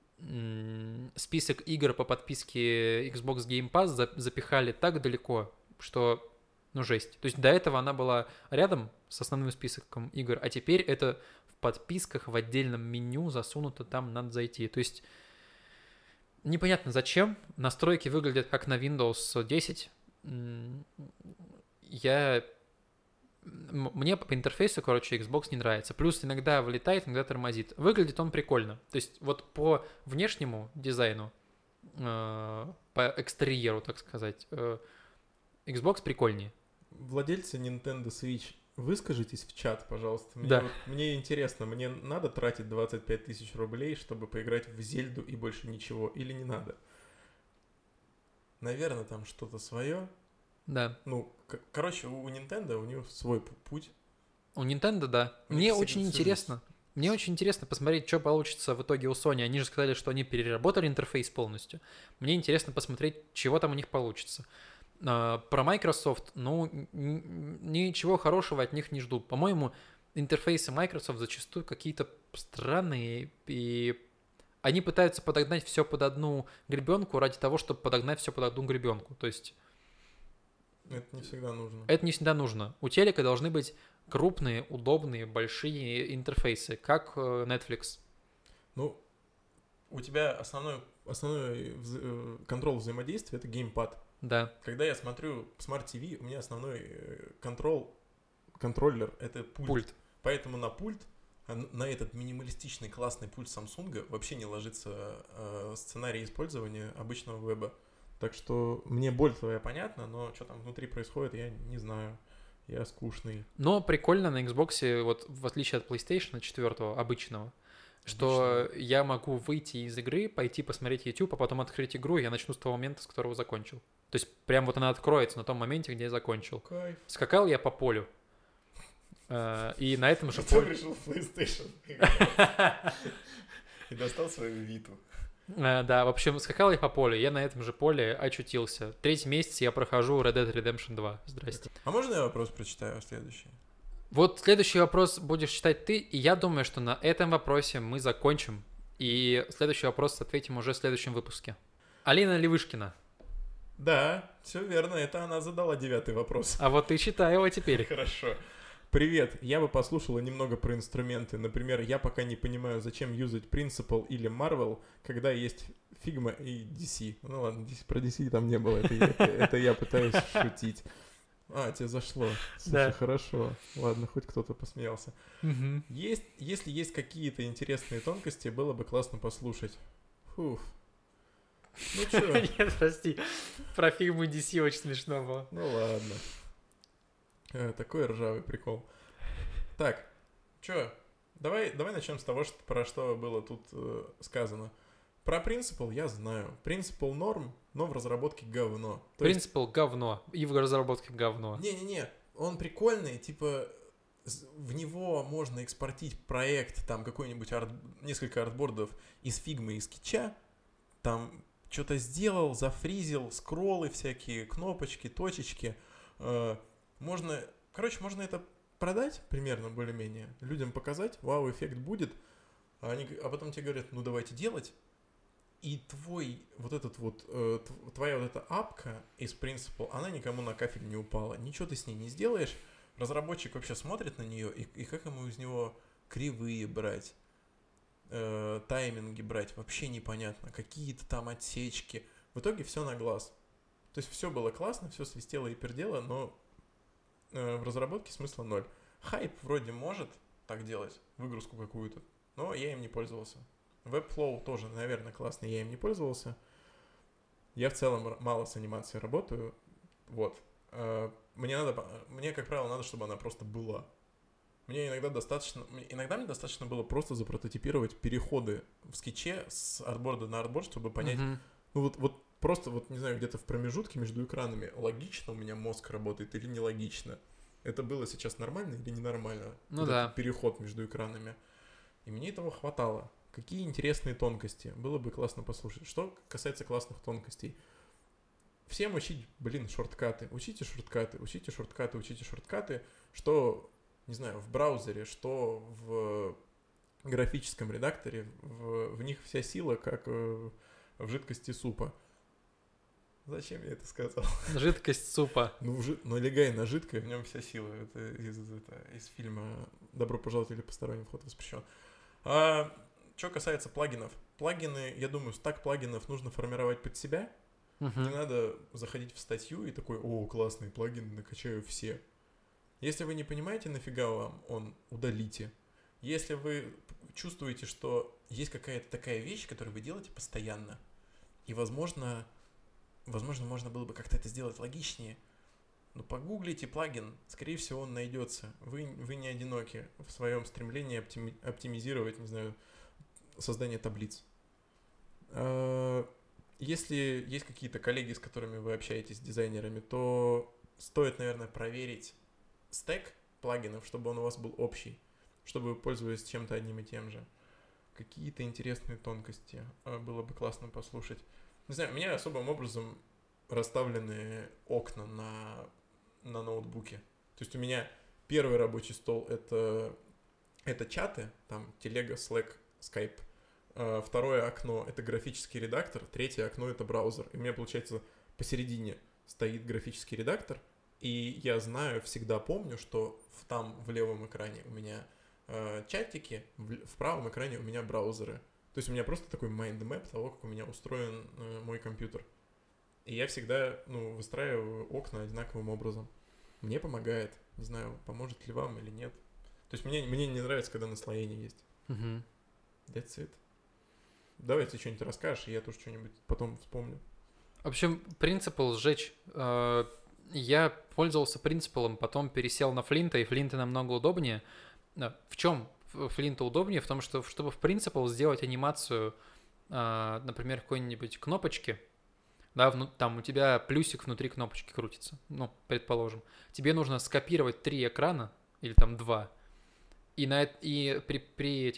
A: м, список игр по подписке Xbox Game Pass за- запихали так далеко, что, ну, жесть. То есть до этого она была рядом с основным списком игр, а теперь это в подписках в отдельном меню засунуто, там надо зайти. То есть непонятно зачем. Настройки выглядят как на Windows десять. М, Я... м- Мне по интерфейсу, короче, Xbox не нравится. Плюс иногда вылетает, иногда тормозит. Выглядит он прикольно. То есть вот по внешнему дизайну, э, по экстерьеру, так сказать, э, Xbox прикольнее.
B: Владельцы Nintendo Switch, выскажитесь в чат, пожалуйста. Мне,
A: Да.
B: вот- мне интересно, мне надо тратить двадцать пять тысяч рублей, чтобы поиграть в Зельду и больше ничего, или не надо? Наверное, там что-то свое.
A: Да.
B: Ну, к- короче, у Nintendo у него свой пу- путь.
A: У Nintendo, да.
B: Мне
A: Мне
B: всегда
A: очень
B: всю
A: интересно. Мне очень интересно посмотреть, что получится в итоге у Sony. Они же сказали, что они переработали интерфейс полностью. Мне интересно посмотреть, чего там у них получится. А, Про Microsoft, ну, н- н- ничего хорошего от них не жду. По-моему, интерфейсы Microsoft зачастую какие-то странные, и они пытаются подогнать все под одну гребенку ради того, чтобы подогнать все под одну гребенку. То есть
B: Это не всегда нужно.
A: это не всегда нужно. У телека должны быть крупные, удобные, большие интерфейсы, как э, Netflix.
B: Ну, у тебя основной, основной вза- э, контроль взаимодействия — это геймпад.
A: Да,
B: Когда я смотрю Smart ти ви, у меня основной э, контрол, контроллер — это пульт.
A: пульт.
B: Поэтому на пульт, а н- на этот минималистичный классный пульт Samsung вообще не ложится э, сценарий использования обычного веба. Так что мне боль твоя понятна, но что там внутри происходит, я не знаю. Я скучный.
A: Но прикольно на Xbox, вот в отличие от PlayStation четыре обычного, что я могу выйти из игры, пойти посмотреть YouTube, а потом открыть игру, и я начну с того момента, с которого закончил. То есть прям вот она откроется на том моменте, где я закончил.
B: Кайф.
A: Скакал я по полю. Э, И на этом же
B: Потом
A: поле...
B: решил в PlayStation. И достал свою Виту.
A: Э, Да, в общем, скакал я по полю, я на этом же поле очутился. Третий месяц я прохожу Red Dead Redemption два. Здрасте.
B: А можно я вопрос прочитаю следующий?
A: Вот следующий вопрос будешь читать ты, и я думаю, что на этом вопросе мы закончим. И следующий вопрос ответим уже в следующем выпуске. Алина Левышкина.
B: Да, все верно, это она задала девятый вопрос.
A: А вот ты читай его теперь.
B: Хорошо. Привет, я бы послушала немного про инструменты. Например, я пока не понимаю, зачем юзать Principal или Marvel, когда есть Figma и ди си. Ну ладно, про ди си там не было, это, это, это я пытаюсь шутить. А, тебе зашло. Слушай,
A: Да.
B: хорошо. Ладно, хоть кто-то посмеялся.
A: Мгм.
B: Есть, если есть какие-то интересные тонкости, было бы классно послушать. Фуф. Ну чё?
A: Нет, прости. Про фигму ди си очень смешно было.
B: Ну ладно. Э, такой ржавый прикол. Так, чё? Давай, давай начнем с того, что, про что было тут э, сказано. Про Principal я знаю. Principal норм, но в разработке говно. То есть-
A: Принципал говно. И в разработке говно.
B: Не-не-не, он прикольный, типа с- в него можно экспортить проект, там какой-нибудь арт, несколько артбордов из фигмы и скетча, там что-то сделал, зафризил, скроллы всякие, кнопочки, точечки. Э, можно, короче, можно это продать примерно более-менее, людям показать, вау, эффект будет, а, они, г- а потом тебе говорят, ну давайте делать. И твой вот этот вот, э, тв- твоя вот эта апка из Principal, она никому на кафель не упала. Ничего ты с ней не сделаешь. Разработчик вообще смотрит на нее, и, и как ему из него кривые брать, э, тайминги брать, вообще непонятно. Какие-то там отсечки. В итоге все на глаз. То есть все было классно, все свистело и пердело, но э, в разработке смысла ноль. Хайп вроде может так делать, выгрузку какую-то, но я им не пользовался. Webflow тоже, наверное, классный, я им не пользовался. Я в целом р- мало с анимацией работаю. Вот. Э, Мне надо, по- мне, как правило, надо, чтобы она просто была. Мне иногда достаточно, мне- иногда мне достаточно было просто запрототипировать переходы в скетче с артборда на артборд, чтобы понять,
A: Мгм.
B: ну вот, вот просто, вот, не знаю, где-то в промежутке между экранами логично у меня мозг работает или нелогично. Это было сейчас нормально или ненормально?
A: Ну
B: Вот
A: да.
B: этот переход между экранами. И мне этого хватало. Какие интересные тонкости. Было бы классно послушать. Что касается классных тонкостей. Всем учить, блин, шорткаты. Учите шорткаты, учите шорткаты, учите шорткаты. Что, не знаю, в браузере, что в графическом редакторе. В, в них вся сила, как э, в жидкости супа. Зачем я это сказал?
A: Жидкость супа.
B: Ну, в жи- налегай на жидкое, в нем вся сила. Это из, это из фильма «Добро пожаловать» или «Посторонний вход воспрещен». А, что касается плагинов. Плагины, я думаю, стак плагинов нужно формировать под себя. Не
A: Мгм.
B: надо заходить в статью и такой, о, классные плагины, накачаю все. Если вы не понимаете, нафига вам он, удалите. Если вы чувствуете, что есть какая-то такая вещь, которую вы делаете постоянно, и, возможно, возможно, можно было бы как-то это сделать логичнее, но погуглите плагин, скорее всего, он найдется. Вы, вы не одиноки в своем стремлении оптими- оптимизировать, не знаю, создание таблиц. А, Если есть какие-то коллеги, с которыми вы общаетесь, дизайнерами, то стоит, наверное, проверить стек плагинов, чтобы он у вас был общий, чтобы вы пользовались чем-то одним и тем же. Какие-то интересные тонкости а, было бы классно послушать. Не знаю, у меня особым образом расставлены окна на, на ноутбуке. То есть у меня первый рабочий стол это, это чаты, там телега, Slack, Skype. А, Второе окно это графический редактор, третье окно это браузер. И у меня получается посередине стоит графический редактор, и я знаю, всегда помню, что в, там в левом экране у меня э, чатики, в, в правом экране у меня браузеры. То есть у меня просто такой майндмэп того, как у меня устроен э, мой компьютер. И я всегда ну, выстраиваю окна одинаковым образом. Мне помогает. Не знаю, поможет ли вам или нет. То есть мне, мне не нравится, когда наслоение есть.
A: Мгм.
B: That's it. Давай ты что-нибудь расскажешь, и я тоже что-нибудь потом вспомню.
A: В общем, принципал сжечь. Э, Я пользовался принципалом, потом пересел на флинта, и флинты намного удобнее. Э, В чем флинта удобнее? В том, что чтобы в принципал сделать анимацию, э, например, какой-нибудь кнопочки, да, вну- там у тебя плюсик внутри кнопочки крутится, ну, предположим. Тебе нужно скопировать три экрана, или там два, и, на, эт- и при, при, типа,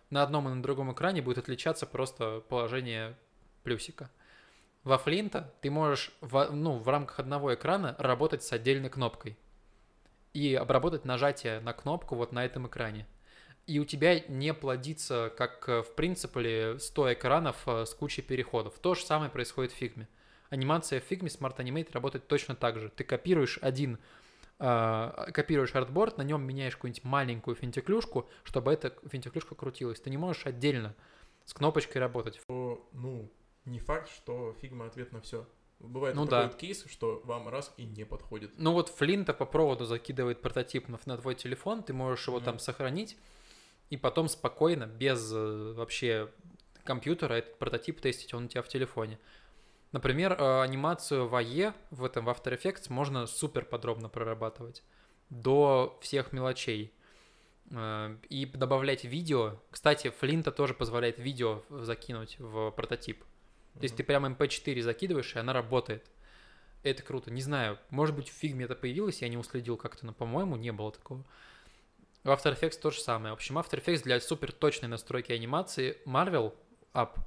A: на одном и на другом экране будет отличаться просто положение плюсика. Во Флинта ты можешь в, ну, в рамках одного экрана работать с отдельной кнопкой и обработать нажатие на кнопку вот на этом экране. И у тебя не плодится, как в принципе, сто экранов с кучей переходов. То же самое происходит в фигме. Анимация в фигме Smart Animate работает точно так же. Ты копируешь один, э, копируешь артборд, на нем меняешь какую-нибудь маленькую финтиклюшку, чтобы эта финтиклюшка крутилась. Ты не можешь отдельно с кнопочкой работать.
B: Ну, не факт, что фигма ответ на все. Бывает
A: ну,
B: такой
A: да.
B: вот кейс, что вам раз и не подходит.
A: Ну вот Флинта по проводу закидывает прототип на, на твой телефон, ты можешь его mm-hmm. там сохранить, и потом спокойно, без э, вообще компьютера, этот прототип тестить, он у тебя в телефоне. Например, э, анимацию в эй и в этом в After Effects можно супер подробно прорабатывать до всех мелочей. Э, и добавлять видео. Кстати, Флинта тоже позволяет видео закинуть в прототип. То есть ты прям эм пэ четыре закидываешь, и она работает. Это круто. Не знаю, может быть, в фигме это появилось, я не уследил как-то, но, по-моему, не было такого. В After Effects то же самое. В общем, After Effects для супер точной настройки анимации Marvel App.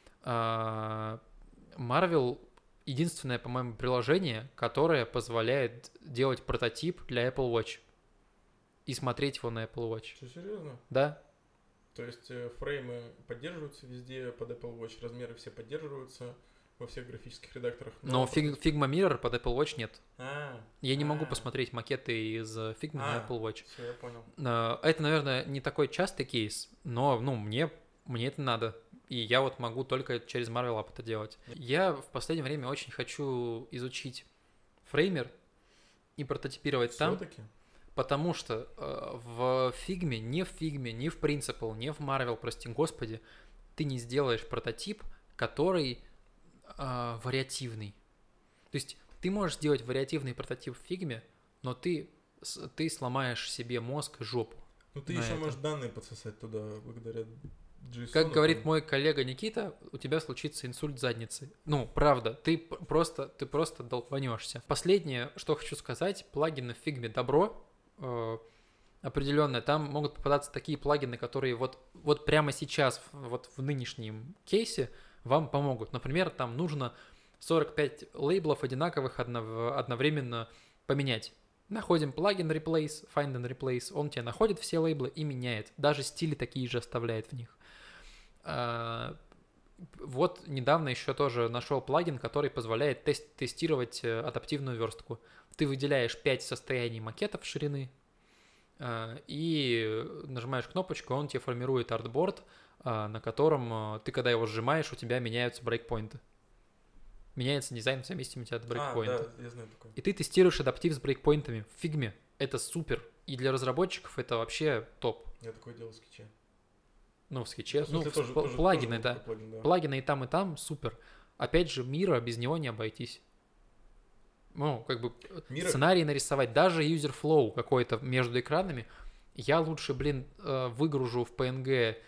A: Marvel единственное, по-моему, приложение, которое позволяет делать прототип для Apple Watch и смотреть его на Apple Watch.
B: Что, серьезно?
A: Да.
B: То есть э, фреймы поддерживаются везде под Apple Watch, размеры все поддерживаются во всех графических редакторах.
A: Но, но Fig- Figma Mirror под Apple Watch нет.
B: А,
A: я не
B: а,
A: могу посмотреть макеты из Figma
B: а,
A: на Apple Watch.
B: Все, я понял.
A: Это, наверное, не такой частый кейс, но ну, мне, мне это надо. И я вот могу только через Marvel App это делать. Я в последнее время очень хочу изучить фреймер и прототипировать
B: Все-таки?
A: там. Потому что э, в фигме, не в фигме, не в Principle, не в Marvel, прости господи, ты не сделаешь прототип, который э, вариативный. То есть ты можешь сделать вариативный прототип в фигме, но ты, ты сломаешь себе мозг и жопу.
B: Ну ты еще это. можешь данные подсосать туда благодаря джейсону.
A: Как говорит мой коллега Никита, у тебя случится инсульт задницы. Ну, правда, ты просто, ты просто долбанешься. Последнее, что хочу сказать, плагины в фигме добро. Определенное, там могут попадаться такие плагины, которые вот, вот прямо сейчас, вот в нынешнем кейсе вам помогут. Например, там нужно сорок пять лейблов одинаковых одновременно поменять. Находим плагин Replace, Find and Replace, он тебе находит все лейблы и меняет. Даже стили такие же оставляет в них. Вот недавно еще тоже нашел плагин, который позволяет тест- тестировать адаптивную верстку. Ты выделяешь пять состояний макетов ширины э, и нажимаешь кнопочку, он тебе формирует артборд, э, на котором э, ты, когда его сжимаешь, у тебя меняются брейкпоинты. Меняется дизайн в зависимости от брейкпоинта.
B: А, да, я знаю такое.
A: И ты тестируешь адаптив с брейкпоинтами в фигме. Это супер. И для разработчиков это вообще топ.
B: Я такое делал в скетче.
A: Ну, в скетче.
B: Ну,
A: ну,
B: тоже,
A: пл-
B: тоже,
A: плагины,
B: тоже
A: да.
B: плагин, да.
A: Плагины и там, и там супер. Опять же, Мира, без него не обойтись. Ну, как бы Мира... сценарий нарисовать, даже user flow какой-то между экранами, я лучше, блин, выгружу в пи эн джи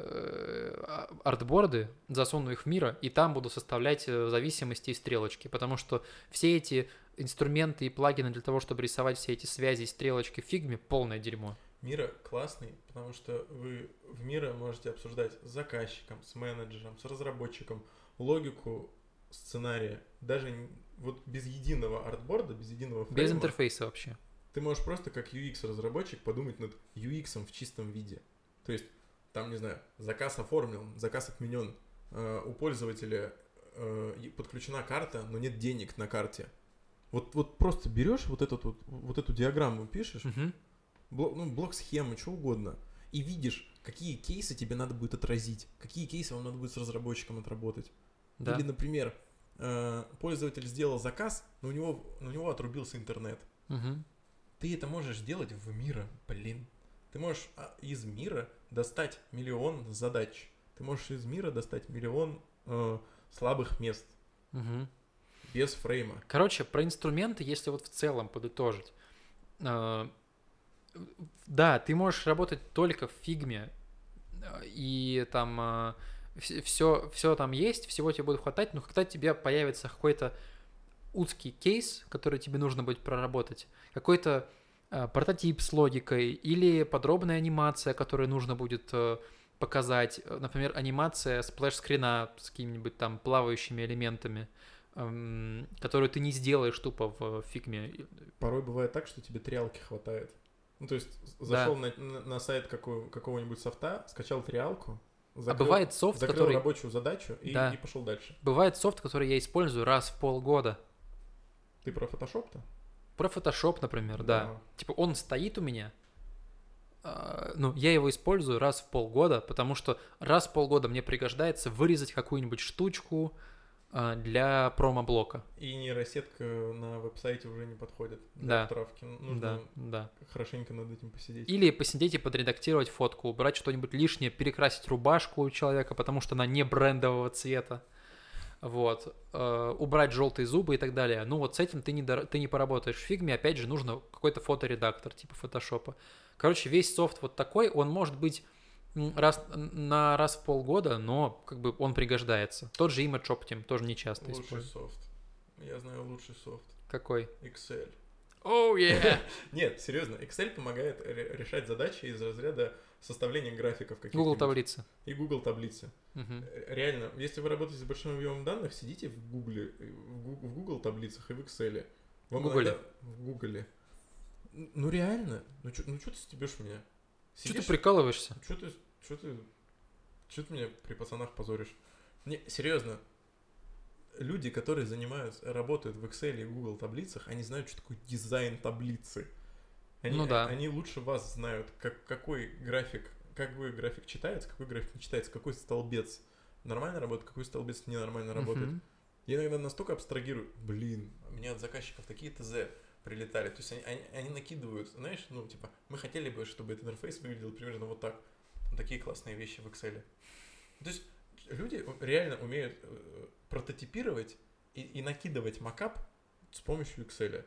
A: артборды, засуну их в Мира, и там буду составлять зависимости и стрелочки, потому что все эти инструменты и плагины для того, чтобы рисовать все эти связи и стрелочки в фигме, полное дерьмо.
B: Мира классный, потому что вы в Мира можете обсуждать с заказчиком, с менеджером, с разработчиком логику сценария, даже вот без единого артборда, без единого фрейма.
A: Без интерфейса вообще.
B: Ты можешь просто как ю экс-разработчик подумать над ю экс в чистом виде. То есть там, не знаю, заказ оформлен, заказ отменен, э, у пользователя э, подключена карта, но нет денег на карте. Вот, вот просто берешь вот, этот вот, вот эту диаграмму, пишешь,
A: угу.
B: блок, ну, блок-схемы, что угодно, и видишь, какие кейсы тебе надо будет отразить, какие кейсы вам надо будет с разработчиком отработать. Да. Или, например, э, пользователь сделал заказ, но у него, у него отрубился интернет.
A: Угу.
B: Ты это можешь сделать в Мира, блин. Ты можешь из Мира достать миллион задач. Ты можешь из Мира достать миллион э, слабых мест.
A: Угу.
B: Без фрейма.
A: Короче, про инструменты, если вот в целом подытожить. Э, да, ты можешь работать только в фигме. И там э, все, все там есть, всего тебе будет хватать. Но когда тебе появится какой-то узкий кейс, который тебе нужно будет проработать, какой-то э, прототип с логикой или подробная анимация, которую нужно будет э, показать, например, анимация сплэш-скрина с какими-нибудь там плавающими элементами, эм, которую ты не сделаешь тупо в фигме.
B: Порой бывает так, что тебе триалки хватает. Ну, то есть зашел да. на, на сайт какого, какого-нибудь софта, скачал триалку, закрыл,
A: а бывает софт,
B: закрыл
A: который...
B: рабочую задачу и,
A: да.
B: и пошел дальше.
A: Бывает софт, который я использую раз в полгода.
B: Ты про Photoshop-то?
A: Про Photoshop, например, да. да. Типа он стоит у меня, э, ну, я его использую раз в полгода, потому что раз в полгода мне пригождается вырезать какую-нибудь штучку э, для промо-блока.
B: И нейросетка на веб-сайте уже не подходит для
A: да.
B: отправки. Нужно
A: да, да.
B: хорошенько над этим посидеть.
A: Или посидеть и подредактировать фотку, убрать что-нибудь лишнее, перекрасить рубашку у человека, потому что она не брендового цвета. Вот, э, убрать желтые зубы и так далее. Ну вот с этим ты не, до, ты не поработаешь в фигме, опять же нужно какой-то фоторедактор типа фотошопа. Короче, весь софт вот такой, он может быть раз, на раз в полгода, но как бы он пригождается. Тот же Image Optim тоже не часто
B: лучший
A: использую.
B: софт. Я знаю лучший софт.
A: Какой?
B: Excel.
A: Oh yeah!
B: Нет, серьезно, Excel помогает решать задачи из разряда составления графиков каких-то.
A: Google таблицы.
B: И Google таблицы.
A: Uh-huh.
B: Реально, если вы работаете с большим объемом данных, сидите в Google, в Google таблицах и в Excel.
A: В Google.
B: В Google. Ну реально, ну что ну, ты стебешь меня?
A: Что ты прикалываешься?
B: Что ты, что ты, что ты меня при пацанах позоришь? Не, серьезно, люди, которые занимаются, работают в Excel и Google таблицах, они знают, что такое дизайн таблицы. Они,
A: ну да.
B: Они лучше вас знают, как, какой график, какой график читается, какой график не читается, какой столбец нормально работает, какой столбец ненормально работает. Uh-huh. Я иногда настолько абстрагирую, блин, у меня от заказчиков такие ТЗ прилетали, то есть они, они, они накидывают, знаешь, ну типа, мы хотели бы, чтобы этот интерфейс выглядел примерно вот так. Там такие классные вещи в Excel. То есть люди реально умеют э, прототипировать и, и накидывать макап с помощью Excel.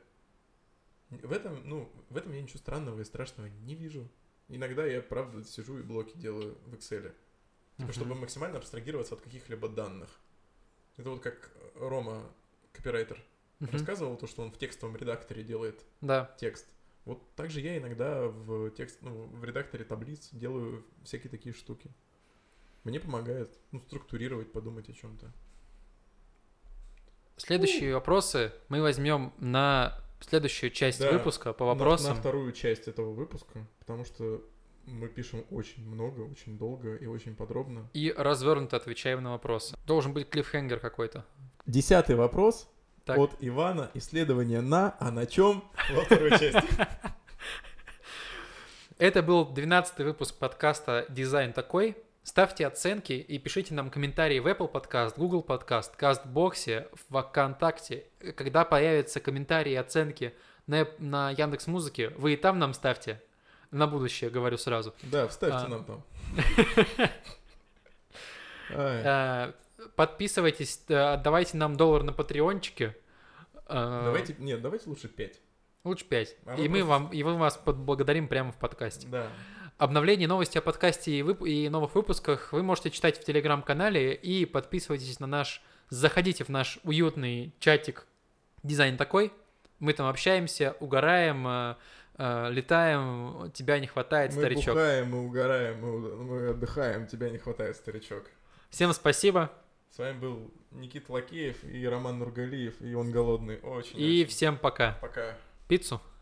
B: В этом, ну, в этом я ничего странного и страшного не вижу. Иногда я, правда, сижу и блоки делаю в Excel. Типа, uh-huh. чтобы максимально абстрагироваться от каких-либо данных. Это вот как Рома, копирайтер, uh-huh. рассказывал то, что он в текстовом редакторе делает
A: да.
B: текст. Вот так же я иногда в, текст, ну, в редакторе таблиц делаю всякие такие штуки. Мне помогает, ну, структурировать, подумать о чем-то.
A: Следующие У. вопросы мы возьмем на следующую часть да, выпуска по вопросам.
B: На, на вторую часть этого выпуска, потому что мы пишем очень много, очень долго и очень подробно.
A: И развернуто отвечаем на вопросы. Должен быть клиффхенгер какой-то.
B: Десятый вопрос
A: так.
B: от Ивана. Исследование на, а на чем во второй части.
A: Это был двенадцатый выпуск подкаста «Дизайн такой». Ставьте оценки и пишите нам комментарии в Apple Podcast, Google Podcast, Castbox, в ВКонтакте. Когда появятся комментарии и оценки на, на Яндекс.Музыке, вы и там нам ставьте. На будущее, говорю сразу.
B: Да, вставьте а... нам
A: там. Подписывайтесь, отдавайте нам доллар на патреончике.
B: Давайте, нет, давайте лучше пять.
A: Лучше пять. А и мы просто... вам, и мы вас поблагодарим прямо в подкасте.
B: Да.
A: Обновления, новости о подкасте и, вып- и новых выпусках вы можете читать в Телеграм-канале и подписывайтесь на наш... Заходите в наш уютный чатик «Дизайн такой». Мы там общаемся, угораем, э, э, летаем. Тебя не хватает,
B: мы
A: старичок.
B: Мы бухаем, мы угораем, мы, мы отдыхаем. Тебя не хватает, старичок.
A: Всем спасибо.
B: С вами был Никита Лакеев и Роман Нургалиев. И он голодный. Очень.
A: И
B: очень.
A: всем пока.
B: Пока.
A: Пиццу.